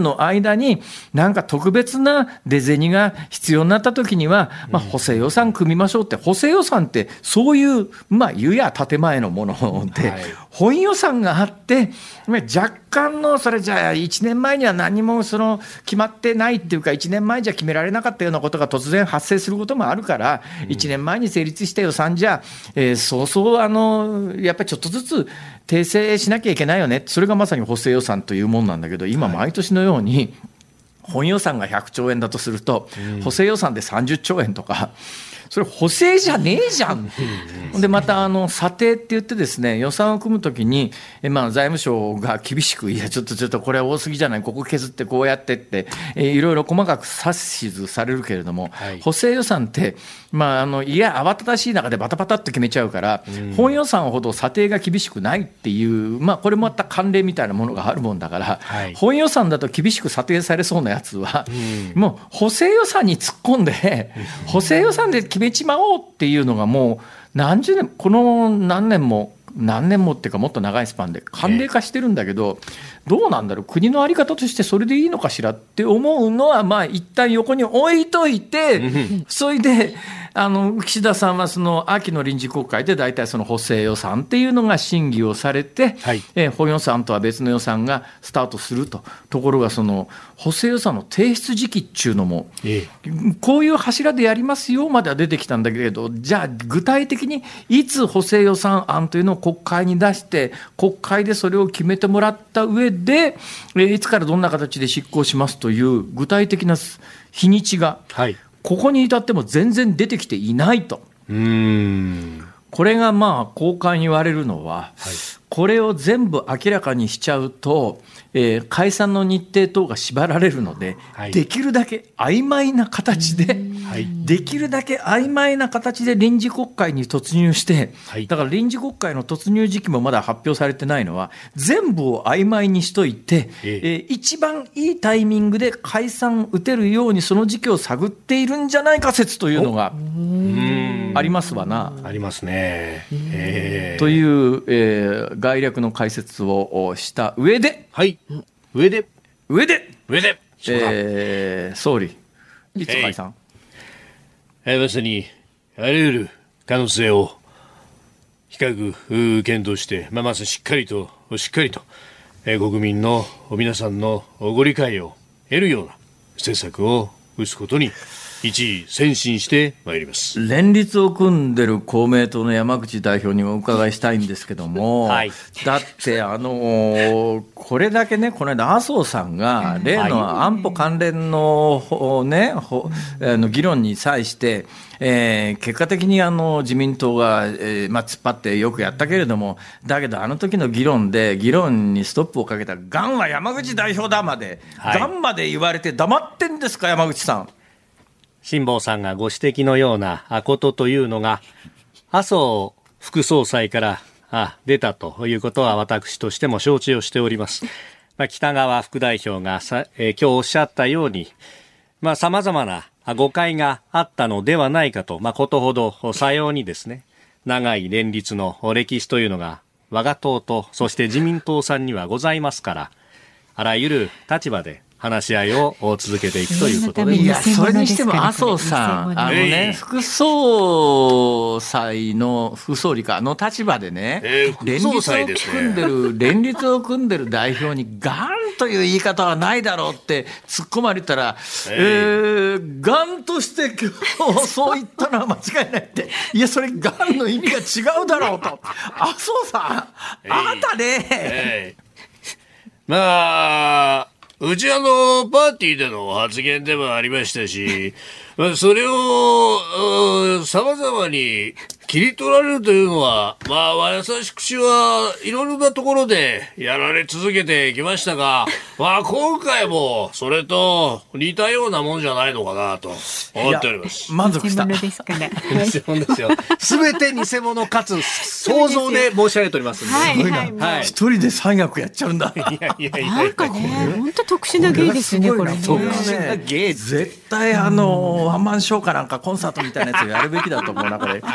年の間になんか特別な出銭が必要になった時には、まあ、補正予算組みましょうって、補正予算ってそういう、まあ、湯や建前のもので、はい、本予算があって若干のそれじゃあいちねんまえには何もその決まってないっていうか、いちねんまえじゃ決められなかったようなことが突然発生することもあるから、うん、いちねんまえに成立した予算じゃ、えー、そうそうあのやっぱりちょっとずつ訂正しなきゃいけないよね、それがまさに補正予算というもんなんだけど、今毎年のように本予算がひゃくちょうえんだとすると、うん、補正予算でさんじゅっちょうえんとか、それ補正じゃねえじゃん。でまたあの査定って言ってですね、予算を組むときに、え、まあ、財務省が厳しく、いやちょっとちょっとこれは多すぎじゃない、ここ削ってこうやってって、えいろいろ細かく指図されるけれども、はい、補正予算って、まあ、あのいや慌ただしい中でバタバタって決めちゃうから、うん、本予算ほど査定が厳しくないっていう、まあ、これもまた慣例みたいなものがあるもんだから、はい、本予算だと厳しく査定されそうなやつは、うん、もう補正予算に突っ込んで、うん、補正予算で決めちまおうっていうのがもう何十年、この何年も何年もっていうかもっと長いスパンで慣例化してるんだけど、どうなんだろう、国の在り方としてそれでいいのかしらって思うのは、まあ一旦横に置いといて、それであの岸田さんはその秋の臨時国会で大体その補正予算っていうのが審議をされて、はい、え本予算とは別の予算がスタートすると。ところがその補正予算の提出時期っていうのも、ええ、こういう柱でやりますよまでは出てきたんだけど、じゃあ具体的にいつ補正予算案というのを国会に出して国会でそれを決めてもらった上で、えいつからどんな形で執行しますという具体的な日にちが、はい、ここに至っても全然出てきていないと。うーん、これがまあ高官に言われるのは、はい、これを全部明らかにしちゃうと、えー、解散の日程等が縛られるので、はい、できるだけ曖昧な形で、はい、できるだけ曖昧な形で臨時国会に突入して、はい、だから臨時国会の突入時期もまだ発表されてないのは全部を曖昧にしといて、えええー、一番いいタイミングで解散打てるようにその時期を探っているんじゃないか説というのがありますわな。 ありますね、えー、という、えー、概略の解説をした上で、 はい、上で上で上で、 えー、総理いつ解散、 えー、まさにあらゆる可能性を比較検討して、まあ、まずしっかりとしっかりと、えー、国民の皆さんのご理解を得るような政策を打つことに一意専心してまいります。 連立を組んでる公明党の山口代表にもお伺いしたいんですけども、はい、だってあのこれだけね、この間麻生さんが例の安保関連の、ね、あの議論に際して、えー、結果的にあの自民党が、えーまあ、突っ張ってよくやったけれども、だけどあの時の議論で議論にストップをかけたら、がんは山口代表だまで、はい、がんまで言われて黙ってんですか山口さん。 辛坊さんがご指摘のようなことというのが麻生副総裁からあ出たということは私としても承知をしております。まあ、北川副代表がさ、えー、今日おっしゃったように、まあ、様々な誤解があったのではないかと、まあ、ことほどさようにですね、長い連立の歴史というのが我が党とそして自民党さんにはございますから、あらゆる立場で話し合いを続けていくということで、 いやそれにしても麻生さん、あのね、副総裁の副総理かの立場でね、えー、連立を組んでる連立を組んでる代表にガンという言い方はないだろうって突っ込まれたら、えーえー、ガンとして今日そう言ったのは間違いないって、いやそれガンの意味が違うだろうと。麻生さん、えー、あなたね、えー、まあうちあのパーティーでの発言でもありましたし、それを様々に切り取られるというのは、まあ私はいろいろなところでやられ続けてきましたが、まあ今回もそれと似たようなもんじゃないのかなと思っております。 満足した。 偽物ですから。 偽物ですよ。すべて偽物かつ想像で申し上げておりますんで。 はいはいはい。一人で三役やっちゃうんだ。いやいやいやいや。なんかね、本当特殊な芸ですねこれ。 特殊な芸、絶対あのワンマンショーかなんかコンサートみたいなやつをやるべきだと思う中で、金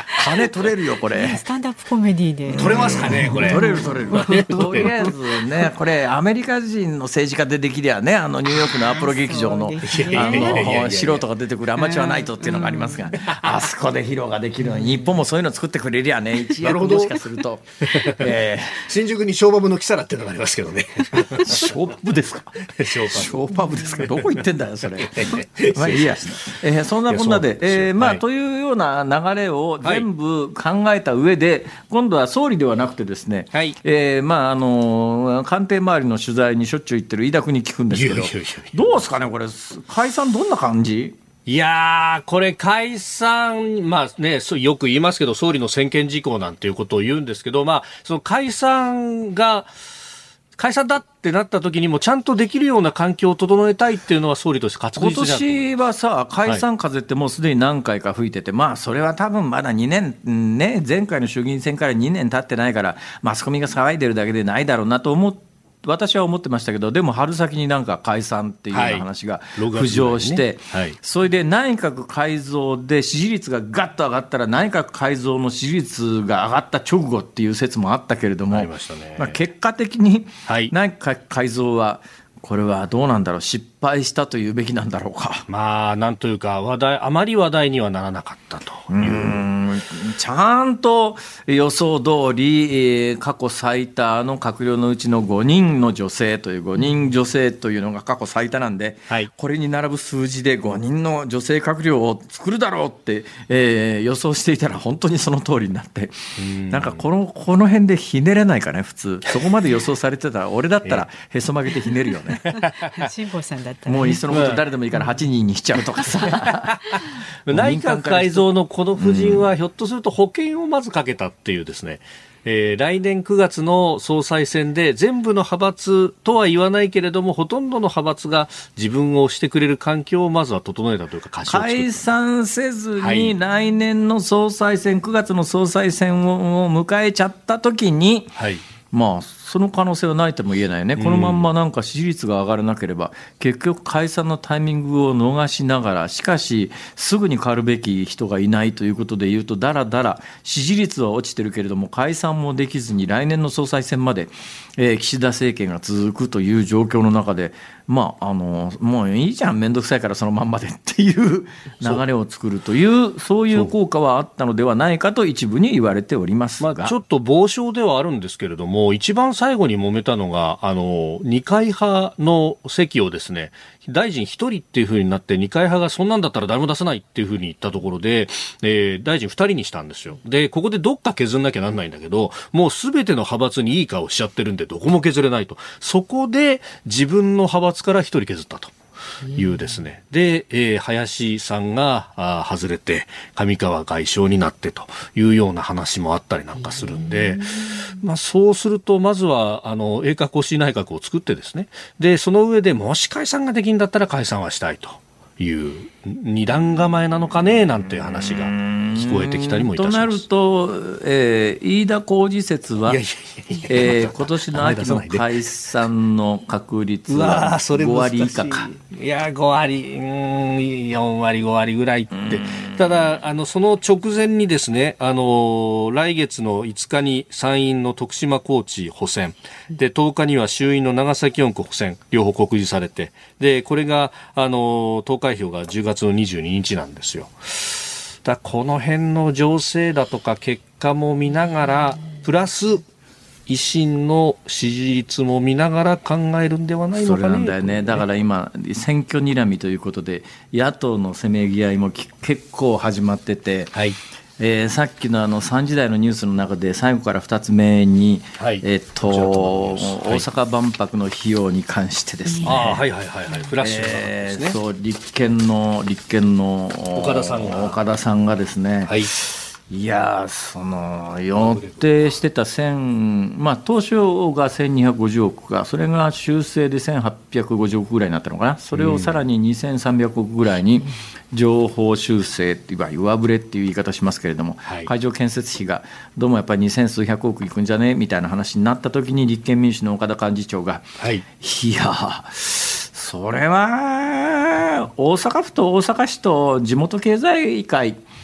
笑い取れるよこれ、 スタンドアップコメディで取れますかねこれ。 取れる取れるとりあえずね、これアメリカ人の政治家でできりゃね、あのニューヨークのアポロ劇場の、あの素人が出てくるアマチュアナイトっていうのがありますが、あそこで披露ができるのに日本もそういうの作ってくれりゃね、一躍もしかすると、えー、新宿にショーパブのキサラっていうのがありますけどね。 ショーパブですかショーパブですか、どこ行ってんだよそれまあいいや、えー、そんなこんなで、えーまあはい、というような流れを全部考えた上で、はい、今度は総理ではなくてですね、はい、えーまあ、あの官邸周りの取材にしょっちゅう行ってる飯田君に聞くんですけど、いやいやいやどうですかねこれ、解散どんな感じ？ いやー、これ解散、まあね、よく言いますけど、総理の専権事項なんていうことを言うんですけど、まあ、その解散が、解散だってなった時にもちゃんとできるような環境を整えたいっていうのは総理として確実に今年はさ、解散風ってもうすでに何回か吹いてて、はい、まあそれは多分まだにねんね、前回の衆議院選からにねん経ってないからマスコミが騒いでるだけでないだろうなと思って私は思ってましたけど、でも春先になんか解散っていうような話が浮上して、はいねはい、それで内閣改造で支持率がガッと上がったら内閣改造の支持率が上がった直後っていう説もあったけれども、ありましたね。まあ、結果的に内閣改造はこれはどうなんだろう、失敗したというべきなんだろうか。 まあなんというか話題、あまり話題にはならなかったという。うーん、 ちゃんと予想通り、えー、過去最多の閣僚のうちのごにんの女性というごにん女性というのが過去最多なんで、はい、これに並ぶ数字でごにんの女性閣僚を作るだろうって、えー、予想していたら本当にその通りになって、んなんかこの、この辺でひねれないかね。普通そこまで予想されてたら俺だったらへそ曲げてひねるよね。 辛坊さんだったら、ね、 もういっそのこと誰でもいいからはちにんにしちゃうとかさ内閣改造のこの夫人はひょっとすると保険をまずかけたっていうですね、えー、来年くがつの総裁選で全部の派閥とは言わないけれどもほとんどの派閥が自分を推してくれる環境をまずは整えたというか、 解散せずに来年の総裁選、はい、くがつの総裁選を迎えちゃった時に、はい、まあその可能性はないとも言えないよね。このまんまなんか支持率が上がらなければ結局解散のタイミングを逃しながら、しかしすぐに変わるべき人がいないということでいうと、だらだら支持率は落ちてるけれども解散もできずに来年の総裁選まで、えー、岸田政権が続くという状況の中で、まあ、あのもういいじゃんめんどくさいからそのまんまでっていう流れを作るというそういう効果はあったのではないかと一部に言われておりますが、 まあ、ちょっと傍聴ではあるんですけれども、一番最後に揉めたのがあの二階派の席をですね、大臣一人っていう風になって二階派がそんなんだったら誰も出さないっていう風に言ったところで、えー、大臣二人にしたんですよ。でここでどっか削んなきゃなんないんだけど、もうすべての派閥にいい顔しちゃってるんでどこも削れないと、そこで自分の派閥から一人削ったというですね。で、えー、林さんがあ外れて上川外相になってというような話もあったりなんかするんで、まあ、そうするとまずはあの英華皇嗣内閣を作ってですね、でその上でもし解散ができるんだったら解散はしたいという二段構えなのかねなんていう話が聞こえてきたりもいたします。 となると、えー、飯田浩司説は今年の秋の解散の確率はごわり以下か。 いやごわり、うーんよんわりごわりぐらいって。ただあのその直前にですね、あの来月のいつかに参院の徳島高知補選で、とおかには衆院の長崎よんく補選両方告示されて、でこれがあの投開票がじゅうがつのにじゅうににちなんですよ。だこの辺の情勢だとか結果も見ながらプラス維新の支持率も見ながら考えるんではないのかね。 それなんだよね。だから今選挙睨みということで野党のせめぎ合いも結構始まってて、はい、えー、さっきのあのさんじ台のニュースの中で最後からふたつめに、はい、えー、っと大阪万博の費用に関してですね、 あ、はいはいはいはい、フラッシュですね、 えー、そう立憲の立憲の岡田さんが岡田さんがですね、はい、いやその予定してたせん、まあ、当初がせんにひゃくごじゅうおくか、それが修正でせんはっぴゃくごじゅうおくぐらいになったのかな、それをさらににせんさんびゃくおくぐらいに情報修正っていうか上振れっていう言い方しますけれども、はい、会場建設費がどうもやっぱりにせんすうひゃくおくいくんじゃねみたいな話になった時に立憲民主の岡田幹事長が、はい、いやそれは大阪府と大阪市と地元経済会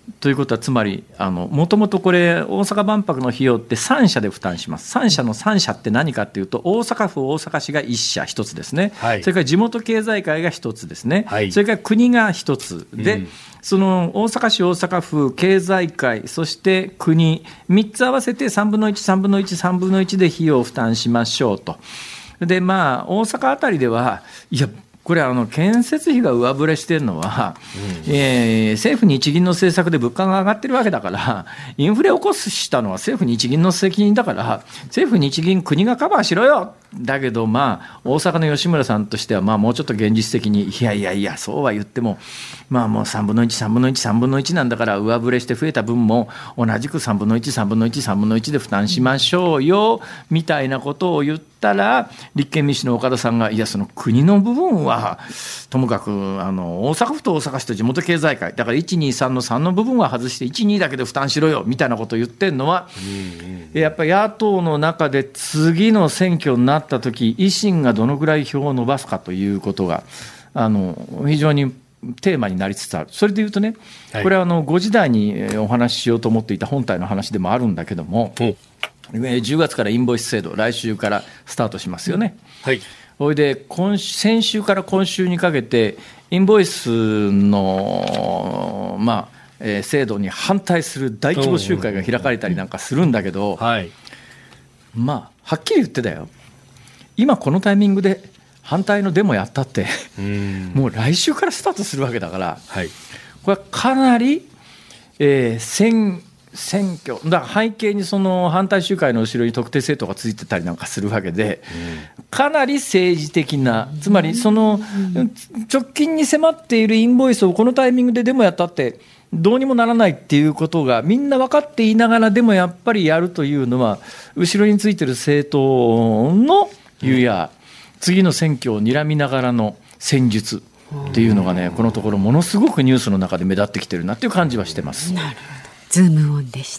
ということはつまりもともとこれ大阪万博の費用ってさん社で負担します。さん社のさん社って何かっていうと大阪府大阪市がいち社ひとつですね、はい、それから地元経済界がひとつですね、はい、それから国がひとつで、うん、その大阪市大阪府経済界そして国みっつ合わせてさんぶんのいち、さんぶんのいち、さんぶんのいちで費用を負担しましょうと。でまあ大阪あたりではいやこれあの建設費が上振れしているのは、うんえー、政府日銀の政策で物価が上がってるわけだからインフレを起こしたのは政府日銀の責任だから政府日銀国がカバーしろよ。だけどまあ大阪の吉村さんとしてはまあもうちょっと現実的にいやいやいやそうは言ってもまあもうさんぶんのいち、さんぶんのいち、さんぶんのいちなんだから上振れして増えた分も同じくさんぶんのいち、さんぶんのいち、さんぶんのいちで負担しましょうよみたいなことを言ったら立憲民主の岡田さんがいやその国の部分はともかくあの大阪府と大阪市と地元経済界だからいち、に、さんのさんの部分は外していち、にだけで負担しろよみたいなことを言ってるのは、うんうん、やっぱり野党の中で次の選挙になった時維新がどのぐらい票を伸ばすかということがあの非常にテーマになりつつある。それでいうとねこれはあのごじ台にお話ししようと思っていた本体の話でもあるんだけども、じゅうがつからインボイス制度来週からスタートしますよね、うんはい、それで今先週から今週にかけてインボイスの、まあえー、制度に反対する大規模集会が開かれたりなんかするんだけど、はい、まあはっきり言ってだよ今このタイミングで反対のデモやったってうんもう来週からスタートするわけだから、はい、これはかなり、えー、選選挙だから背景にその反対集会の後ろに特定政党がついてたりなんかするわけで、うん、かなり政治的なつまりその直近に迫っているインボイスをこのタイミングでデモやったってどうにもならないっていうことがみんな分かっていながらでもやっぱりやるというのは後ろについてる政党の言うや、うん、次の選挙を睨みながらの戦術っていうのがねこのところものすごくニュースの中で目立ってきてるなっていう感じはしてます。 なるほど。ズームオンでした。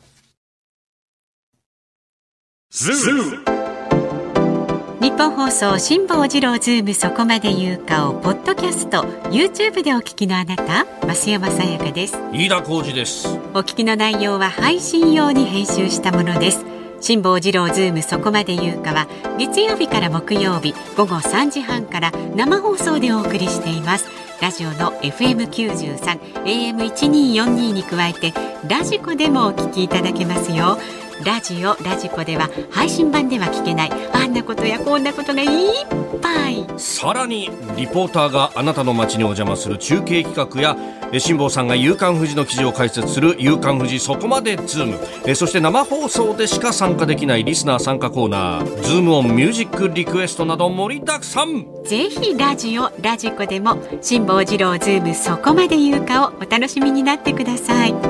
ズーム日本放送辛坊治郎ズームそこまで言うかをポッドキャスト YouTube でお聞きのあなた増山さやかです。 飯田浩司です。 お聞きの内容は配信用に編集したものです。辛坊治郎ズームそこまで言うかは月曜日から木曜日午後さんじはんから生放送でお送りしています。ラジオの エフエムきゅうじゅうさん エーエムせんにひゃくよんじゅうに に加えてラジコでもお聞きいただけますよ。ラジオラジコでは配信版では聞けないあんなことやこんなことがいっぱい。 さらにリポーターがあなたの街にお邪魔する中継企画や辛坊さんが夕刊フジの記事を解説する夕刊フジそこまでズームえそして生放送でしか参加できないリスナー参加コーナーズームオンミュージックリクエストなど盛りだくさん。 ぜひラジオラジコでも辛坊治郎ズームそこまで言うかをお楽しみになってください。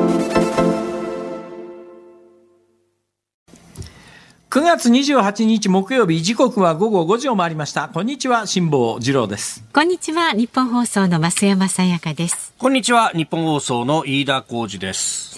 くがつにじゅうはちにち木曜日時刻は午後ごじを回りました。こんにちは辛坊治郎です。 こんにちは日本放送の増山さやかです。 こんにちは日本放送の飯田浩司です。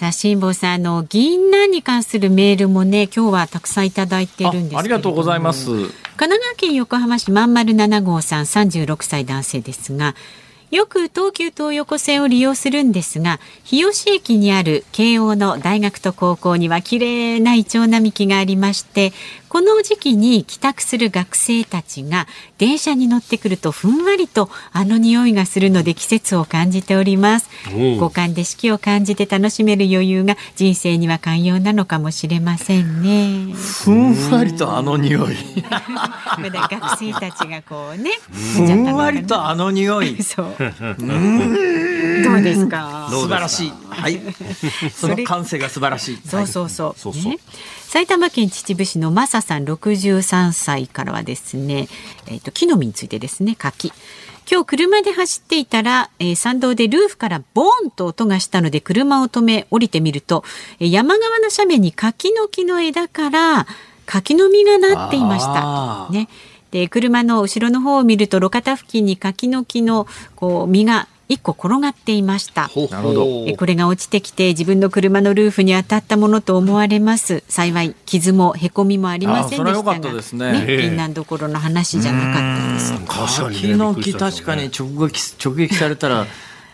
さあ辛坊さんあの銀杏に関するメールもね今日はたくさんいただいているんですけれどもあ, ありがとうございます。 神奈川県横浜市まんまるなな号さんさんじゅうろくさい男性ですがよく東急東横線を利用するんですが日吉駅にある慶応の大学と高校には綺麗なイチョウ並木がありましてこの時期に帰宅する学生たちが電車に乗ってくるとふんわりとあの匂いがするので季節を感じております。五感で四季を感じて楽しめる余裕が人生には寛容なのかもしれませんね。 ふんわりとあの匂いまだ学生たちがこうねふんわりとあの匂いそううんどうですか。 素晴らしい、はい、その感性が素晴らしい。 そうそうそう、 そうそう、 ね、埼玉県秩父市のマサさんろくじゅうさんさいからはですね、えーと、木の実についてですね柿今日車で走っていたら、えー、山道でルーフからボーンと音がしたので車を止め降りてみると、えー、山側の斜面に柿の木の枝から柿の実がなっていましたね。で車の後ろの方を見ると路肩付近に柿の木のこう実がいっこ転がっていました。 なるほど。 えこれが落ちてきて自分の車のルーフに当たったものと思われます。幸い傷もへこみもありませんでしたが、 あ、それは良かったですね。 ね、銀杏どころの話じゃなかったです。 柿の木確かに直撃直撃されたら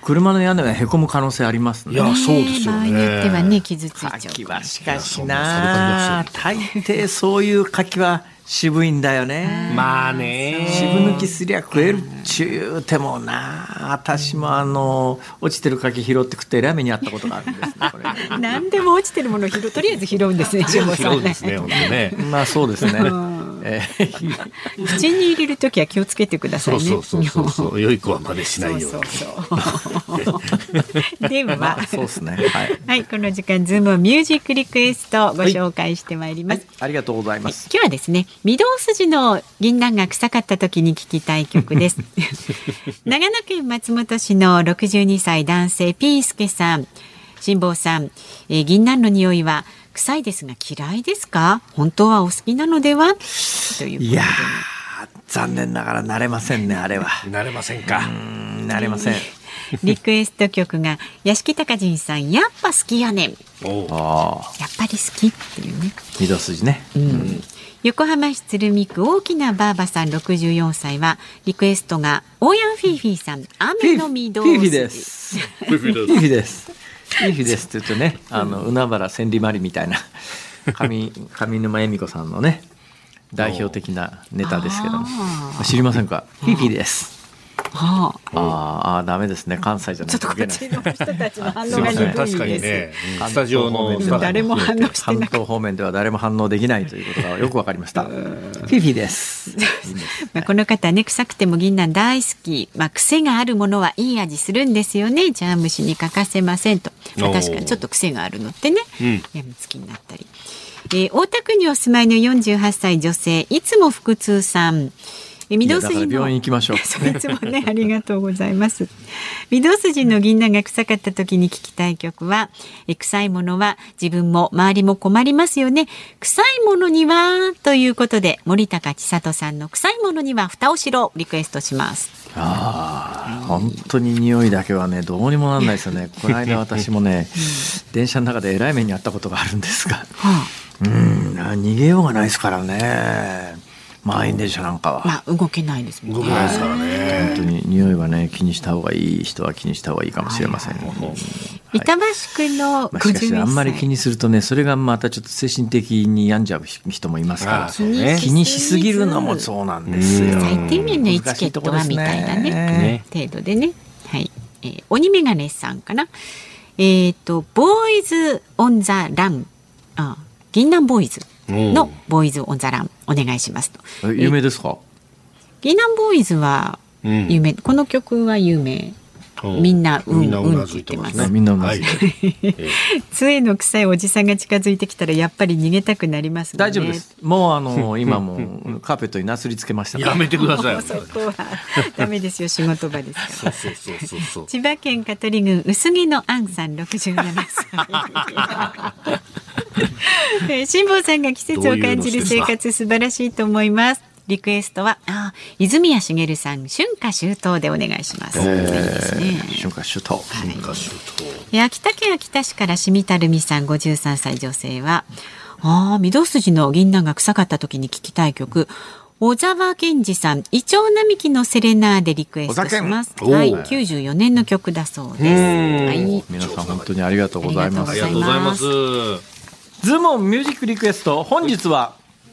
車の屋根はへこむ可能性ありますね。 いやそうですよね。 場合によってはね傷ついちゃう。 柿はしかしな、大抵そういう柿は渋いんだよね。 まあね、 渋抜きすりゃ食えるっちゅうてもな、私もあの落ちてる柿拾って食ってラーメンにあったことがあるんですね。これ何でも落ちてるものを拾う、とりあえず拾うんですね。 全部拾うんですね、本当ね。 まあそうですね。えー、口に入れるときは気をつけてくださいね。 そうそうそうそう、良い子は真似しないように。そうそうそうでは、まあ、 そうですね。はい。 はい、この時間ズームをミュージックリクエストをご紹介してまいります。はいはい、ありがとうございます。 今日はですね、御堂筋の銀杏が臭かった時に聴きたい曲です。長野県松本市のろくじゅうにさい男性ピースケさん、辛坊さん、えー、銀杏の匂いは臭いですが嫌いですか？本当はお好きなのでは？ということで。 いや残念ながら慣れませんね、あれは。 慣れませんか。 うーん、慣れません。 リクエスト曲が屋敷隆人さん、やっぱ好きやねん。 おあやっぱり好きっていうね。 御堂筋ね。 うん、横浜市鶴見区大きなばあばさんろくじゅうよんさいはリクエストがオーヤンフィーフィーさん、雨の御堂筋。 フィーフィです。フィーフィです。フィーフィですって言うとね、あの海原千里マリみたいな上上沼恵美子さんのね代表的なネタですけども、知りませんか？フィーフィです。はあ、ああダメですね、関西じゃないといけない。 ちょっとこっちの人たちの反応が鈍いんです。 確かにね、スタジオの誰も反応してなかった。 関東方面では誰も反応できないということがよくわかりました。フィーフィですまあこの方ね、臭くても銀杏大好き、まあ、癖があるものはいい味するんですよね、茶蒸しに欠かせませんと。まあ、確かにちょっと癖があるのってね、うん、やみつきになったり、えー、大田区にお住まいのよんじゅうはっさい女性、いつも腹痛さん、御堂筋の病院行きましょう。 そいつもね、ありがとうございます。御堂筋の銀杏が臭かった時に聞きたい曲は、え臭いものは自分も周りも困りますよね。臭いものにはということで、森高千里さんの臭いものには蓋をしろリクエストします。 ああ、本当に匂いだけはねどうにもなんないですよね。この間私もね、うん、電車の中でえらい目にあったことがあるんですが、はあ、うん逃げようがないですからね。満員電車なんかは、 まあ、動けないですもんね。 動けないですからね。 本当に匂いはね気にした方がいい人は気にした方がいいかもしれません。はいはい、 板橋区のまあ、しかしあんまり気にするとね、それがまたちょっと精神的に病んじゃう人もいますから、ね、気にしすぎるのもそうなんですよ。 最低限のエチケットはみたいな ね, ね程度でね、はい、えー、鬼メガネさんかな、えーとボーイズオンザラン、あ、銀杏ボーイズのボーイズオンザランお願いしますと。 有名ですか？ 銀杏ボーイズは有名、うん、この曲は有名。みんなうんうんって言ってます。 みんなうなずいてる。 杖の臭いおじさんが近づいてきたらやっぱり逃げたくなりますね。 大丈夫です。もうあの今もうカーペットになすりつけましたから。 やめてください。 そこはダメですよ、仕事場ですから。 そうそうそうそう。 千葉県香取郡薄毛のアンさんろくじゅうななさい。辛坊さんが季節を感じる生活素晴らしいと思います。リクエストはあ泉谷しげるさん、春夏秋冬でお願いします。 えー、いいですね。春夏秋冬。春夏秋冬。秋田県秋田市からしみたるみさんごじゅうさんさい女性は、あ御堂筋の銀杏が臭かった時に聞きたい曲、小沢健二さん、イチョウ並木のセレナーでリクエストします。はい、きゅうじゅうよねんの曲だそうです。はい、 皆さん本当にありがとうございます。 ありがとうございます。 ズモンミュージックリクエスト、本日は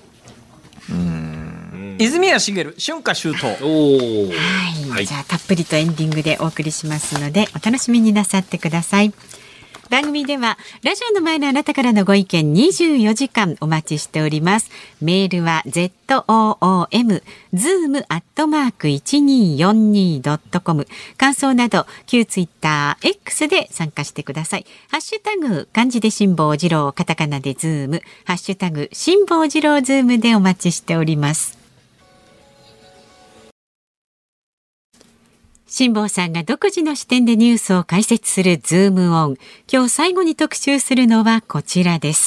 うん泉谷しげる春夏秋冬。 はい、はい、じゃあたっぷりとエンディングでお送りしますのでお楽しみになさってください。番組ではラジオの前のあなたからのご意見にじゅうよじかんお待ちしております。メールは ズーム ズーム アットマーク いちにーよんにー ドットコム、 感想など旧ツイッター X で参加してください。ハッシュタグ漢字で辛坊治郎、カタカナでズーム、ハッシュタグ辛坊治郎ズームでお待ちしております。辛坊さんが独自の視点でニュースを解説するズームオン。今日最後に特集するのはこちらです。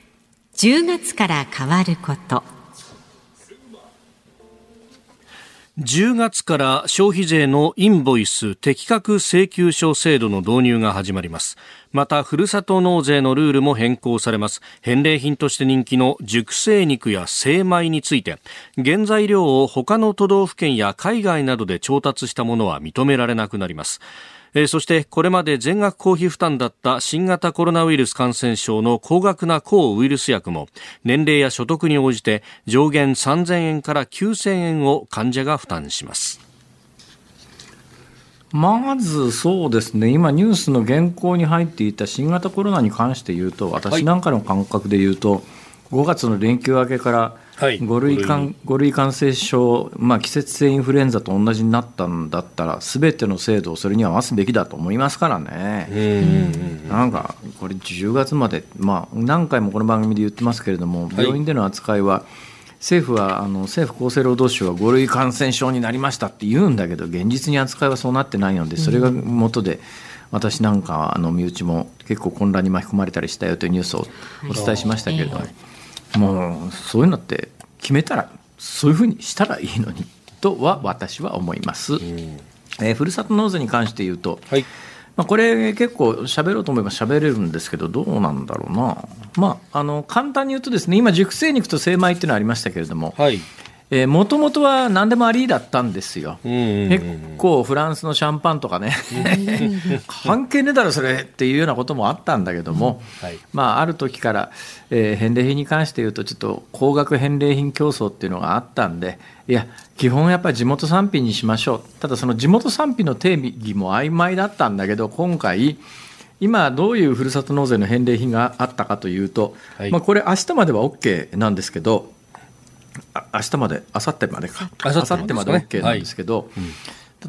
じゅうがつから変わること。 じゅうがつから消費税のインボイス適格請求書制度の導入が始まります。またふるさと納税のルールも変更されます。返礼品として人気の熟成肉や精米について、原材料を他の都道府県や海外などで調達したものは認められなくなります。えー、そしてこれまで全額公費負担だった新型コロナウイルス感染症の高額な抗ウイルス薬も年齢や所得に応じて上限さんぜんえんからきゅうせんえんを患者が負担します。 まずそうですね、今ニュースの原稿に入っていた新型コロナに関して言うと、私なんかの感覚で言うと、はい、ごがつの連休明けからご類感、ご類感染症、まあ、季節性インフルエンザと同じになったんだったら全ての制度をそれに合わすべきだと思いますからね。うん、なんかこれじゅうがつまで、まあ、何回もこの番組で言ってますけれども、病院での扱いは政府はあの政府厚生労働省はご類感染症になりましたって言うんだけど、現実に扱いはそうなってないので、それが元で私なんかあの身内も結構混乱に巻き込まれたりしたよというニュースをお伝えしましたけれども、もうそういうのって決めたらそういうふうにしたらいいのにとは私は思います。うん、えー、ふるさと納税に関して言うと、はい、まあ、これ結構喋ろうと思えば喋れるんですけど、どうなんだろうな、まあ、あの簡単に言うとですね、今熟成肉と精米っていうのがありましたけれども、もともとは何でもありだったんですよ。うんうんうん、結構フランスのシャンパンとかね関係ねえだろそれっていうようなこともあったんだけども、うん、はい、まあ、ある時から、えー、返礼品に関して言うとちょっと高額返礼品競争っていうのがあったんで、いや基本やっぱり地元産品にしましょう。ただその地元産品の定義も曖昧だったんだけど、今回今どういうふるさと納税の返礼品があったかというと、はい、まあ、これ明日までは OK なんですけど、あ明日まで明後日までか明後日まで OK なんですけど、はい、うん、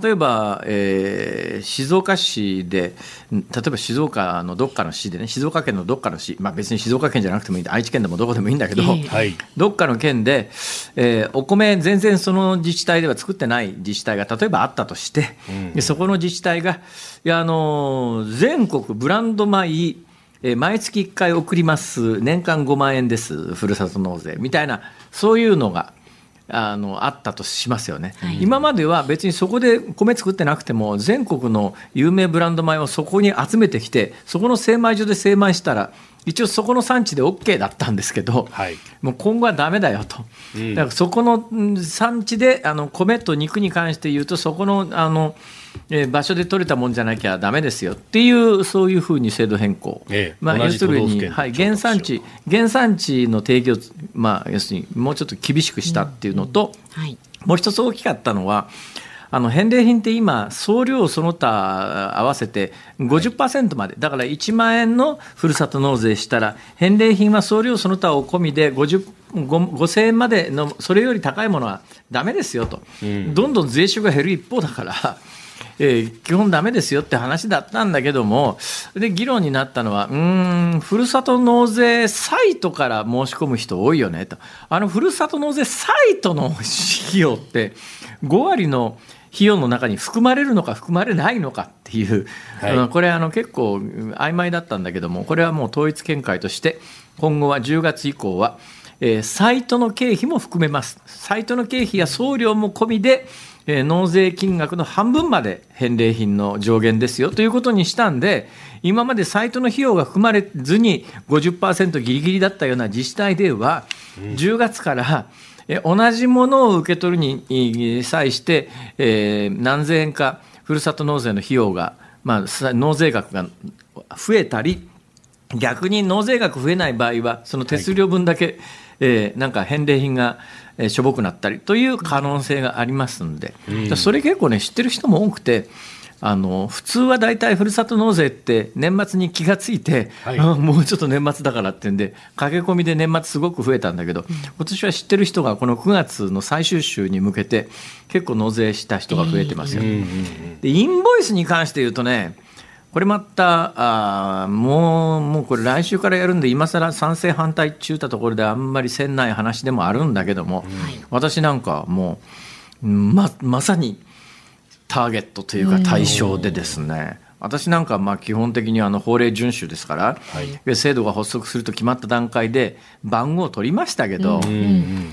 例えば、えー、静岡市で、例えば静岡のどっかの市でね、静岡県のどっかの市、まあ、別に静岡県じゃなくてもいいんで、愛知県でもどこでもいいんだけど、はい、どっかの県で、えー、お米全然その自治体では作ってない自治体が例えばあったとして、うん、でそこの自治体がいや、あのー、全国ブランド米えー、毎月いっかい送ります、年間ごまんえんです、ふるさと納税みたいな、そういうのが あのあったとしますよね。はい、今までは別にそこで米作ってなくても全国の有名ブランド米をそこに集めてきて、そこの精米所で精米したら一応そこの産地で OK だったんですけど、はい、もう今後はダメだよと、うん、だからそこの産地であの米と肉に関して言うと、そこのあのえー、場所で取れたもんじゃなきゃダメですよっていう、そういうふうに制度変更、ええ、まあ、要するに、はい、原産地原産地の定義を、まあ、要するにもうちょっと厳しくしたっていうのと、うん、はい、もう一つ大きかったのは、あの返礼品って今送料その他合わせて ごじゅっパーセント まで、だからいちまんえんのふるさと納税したら返礼品は送料その他を込みでごせんえんまでの、それより高いものはダメですよと、うん、どんどん税収が減る一方だからえー、基本ダメですよって話だったんだけども、で議論になったのは、うーん、ふるさと納税サイトから申し込む人多いよねと。あのふるさと納税サイトの費用ってごわりの費用の中に含まれるのか含まれないのかっていう、はい、これあの結構曖昧だったんだけども、これはもう統一見解として今後はじゅうがつ以降は、えー、サイトの経費も含めます。サイトの経費や送料も込みでえー、納税金額の半分まで返礼品の上限ですよということにしたんで、今までサイトの費用が含まれずに ごじゅっパーセント ギリギリだったような自治体では、うん、じゅうがつからえー、同じものを受け取るに際して、えー、何千円かふるさと納税の費用が、まあ、納税額が増えたり、逆に納税額増えない場合はその手数料分だけ、はい、えー、なんか返礼品がしょぼくなったりという可能性がありますので、うん、それ結構ね知ってる人も多くて、あの普通はだいたいふるさと納税って年末に気がついて、はい、もうちょっと年末だからってんで駆け込みで年末すごく増えたんだけど、うん、今年は知ってる人がこのくがつの最終週に向けて結構納税した人が増えてますよ、えー、でインボイスに関して言うとね、これまたあもう、もうこれ来週からやるんで、今更賛成反対中たところであんまりせんない話でもあるんだけども、うん、私なんかもう ま, まさにターゲットというか対象でですね、私なんかまあ基本的にあの法令遵守ですから、はい、制度が発足すると決まった段階で番号を取りましたけど、うんうんうん、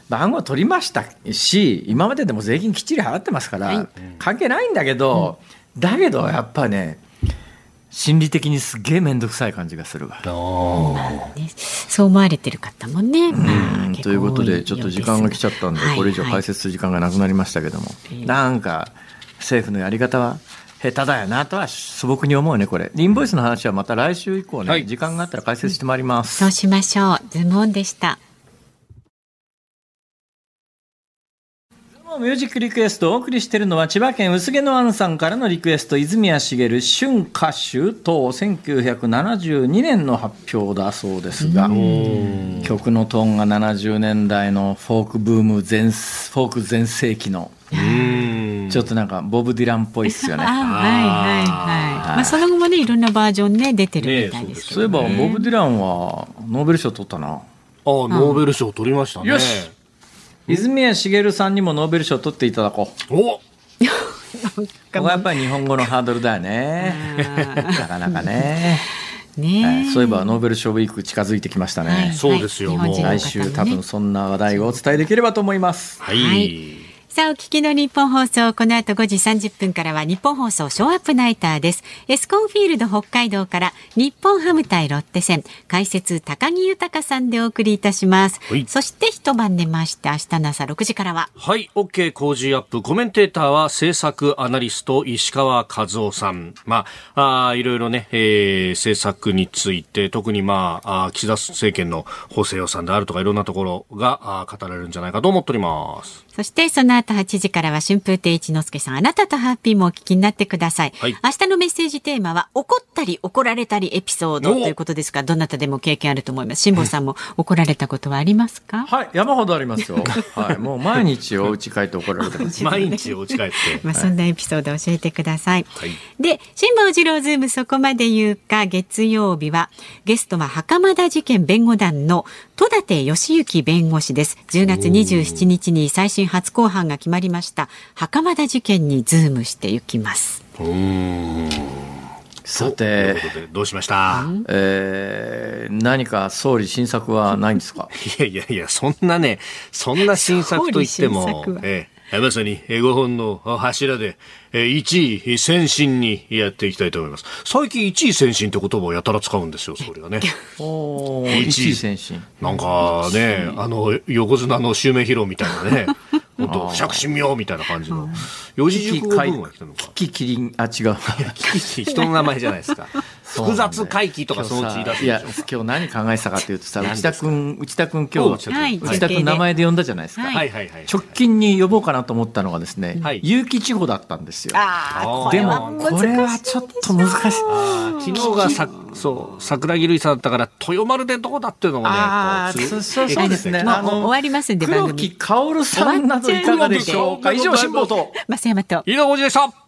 番号取りましたし、今まででも税金きっちり払ってますから、はい、関係ないんだけど、うん、だけどやっぱね心理的にすげえ面倒くさい感じがするわ。 まあね、そう思われてる方もね、まあ、 ということでちょっと時間が来ちゃったんで、はい、これ以上解説する時間がなくなりましたけども、はいはい、なんか政府のやり方は下手だよなとは素朴に思うね。これインボイスの話はまた来週以降ね、はい、時間があったら解説してまいります、 そうしましょう。ズームオンでした。 ミュージックリクエストをお送りしているのは千葉県薄毛のアンさんからのリクエスト、泉谷しげる春歌手とせんきゅうひゃくななじゅうにねんの発表だそうですが、曲のトーンがななじゅうねんだいのフォークブーム全フォーク全盛期のちょっとなんかボブ・ディランっぽいですよね。はいはいはい、 まあ、その後もねいろんなバージョンね出てるみたいですけど、ね、 そういえばボブ・ディランはノーベル賞取ったな。ああ、 ノーベル賞取りましたね。 よし、泉谷しげるさんにもノーベル賞を取っていただこう。おここはやっぱり日本語のハードルだよね。なかなかね。ねえ、そういえばノーベル賞ウィーク近づいてきましたね。はい、 そうですよ。もう来週多分そんな話題をお伝えできればと思います。 はい。はい、さあお聞きの日本放送、この後ごじさんじゅっぷんからは日本放送ショーアップナイターです。エスコンフィールド北海道から日本ハム対ロッテ戦、解説高木豊さんでお送りいたします。はい、そして一晩寝まして明日の朝ろくじからははい OK 工事アップ、コメンテーターは政策アナリスト石川和夫さん。まあ、あいろいろね、えー、政策について特にまああ岸田政権の補正予算であるとかいろんなところがあ語られるんじゃないかと思っております。 そしてその後はちじからは春風亭一之輔さん、あなたとハッピーもお聞きになってください。はい、明日のメッセージテーマは怒ったり怒られたりエピソードということですが、どなたでも経験あると思います。辛坊さんも怒られたことはありますか？ はい、山ほどありますよ。はい、もう毎日お家帰って怒られてます。 毎日お家帰って、 まあ、そんなエピソードを教えてください。はい、で、辛坊治郎ズームそこまで言うか、月曜日はゲストは袴田事件弁護団の戸立義行弁護士です。じゅうがつにじゅうしちにちに再審初公判が決まりました袴田事件にズームしていきます。うーん、 さてどうしました、 えー、何か総理新作はないんですか？ いやいやいや、そんなね、そんな新作といっても、ええ、まさにごほんの柱でいちい先進にやっていきたいと思います。最近いちい先進って言葉をやたら使うんですよ、総理がね。 おー、いちい先進。 なんかね、あの横綱の襲名披露みたいなね、本当釈神妙みたいな感じの四字熟語文が来たのか。 キキキリン、あ、違う。 キキ人の名前じゃないですか。複雑回帰とかそのうち言い出す。 いや、今日何考えてたかというとさ、内田君、内田君今日、はい、内田君名前で呼んだじゃないですか。はいはいはい、直近に呼ぼうかなと思ったのがですね、はい、結城地方だったんですよ。あ、でもこれはちょっと難しい。 あ、昨日がさ、そう桜木瑠衣さんだったから豊丸でどこだっていうのがね。 あ、そうそうですね。 もう終わりますんで番組。 黒木薫さんなどいかがでしょうか。以上辛坊と増山と飯田浩司でした。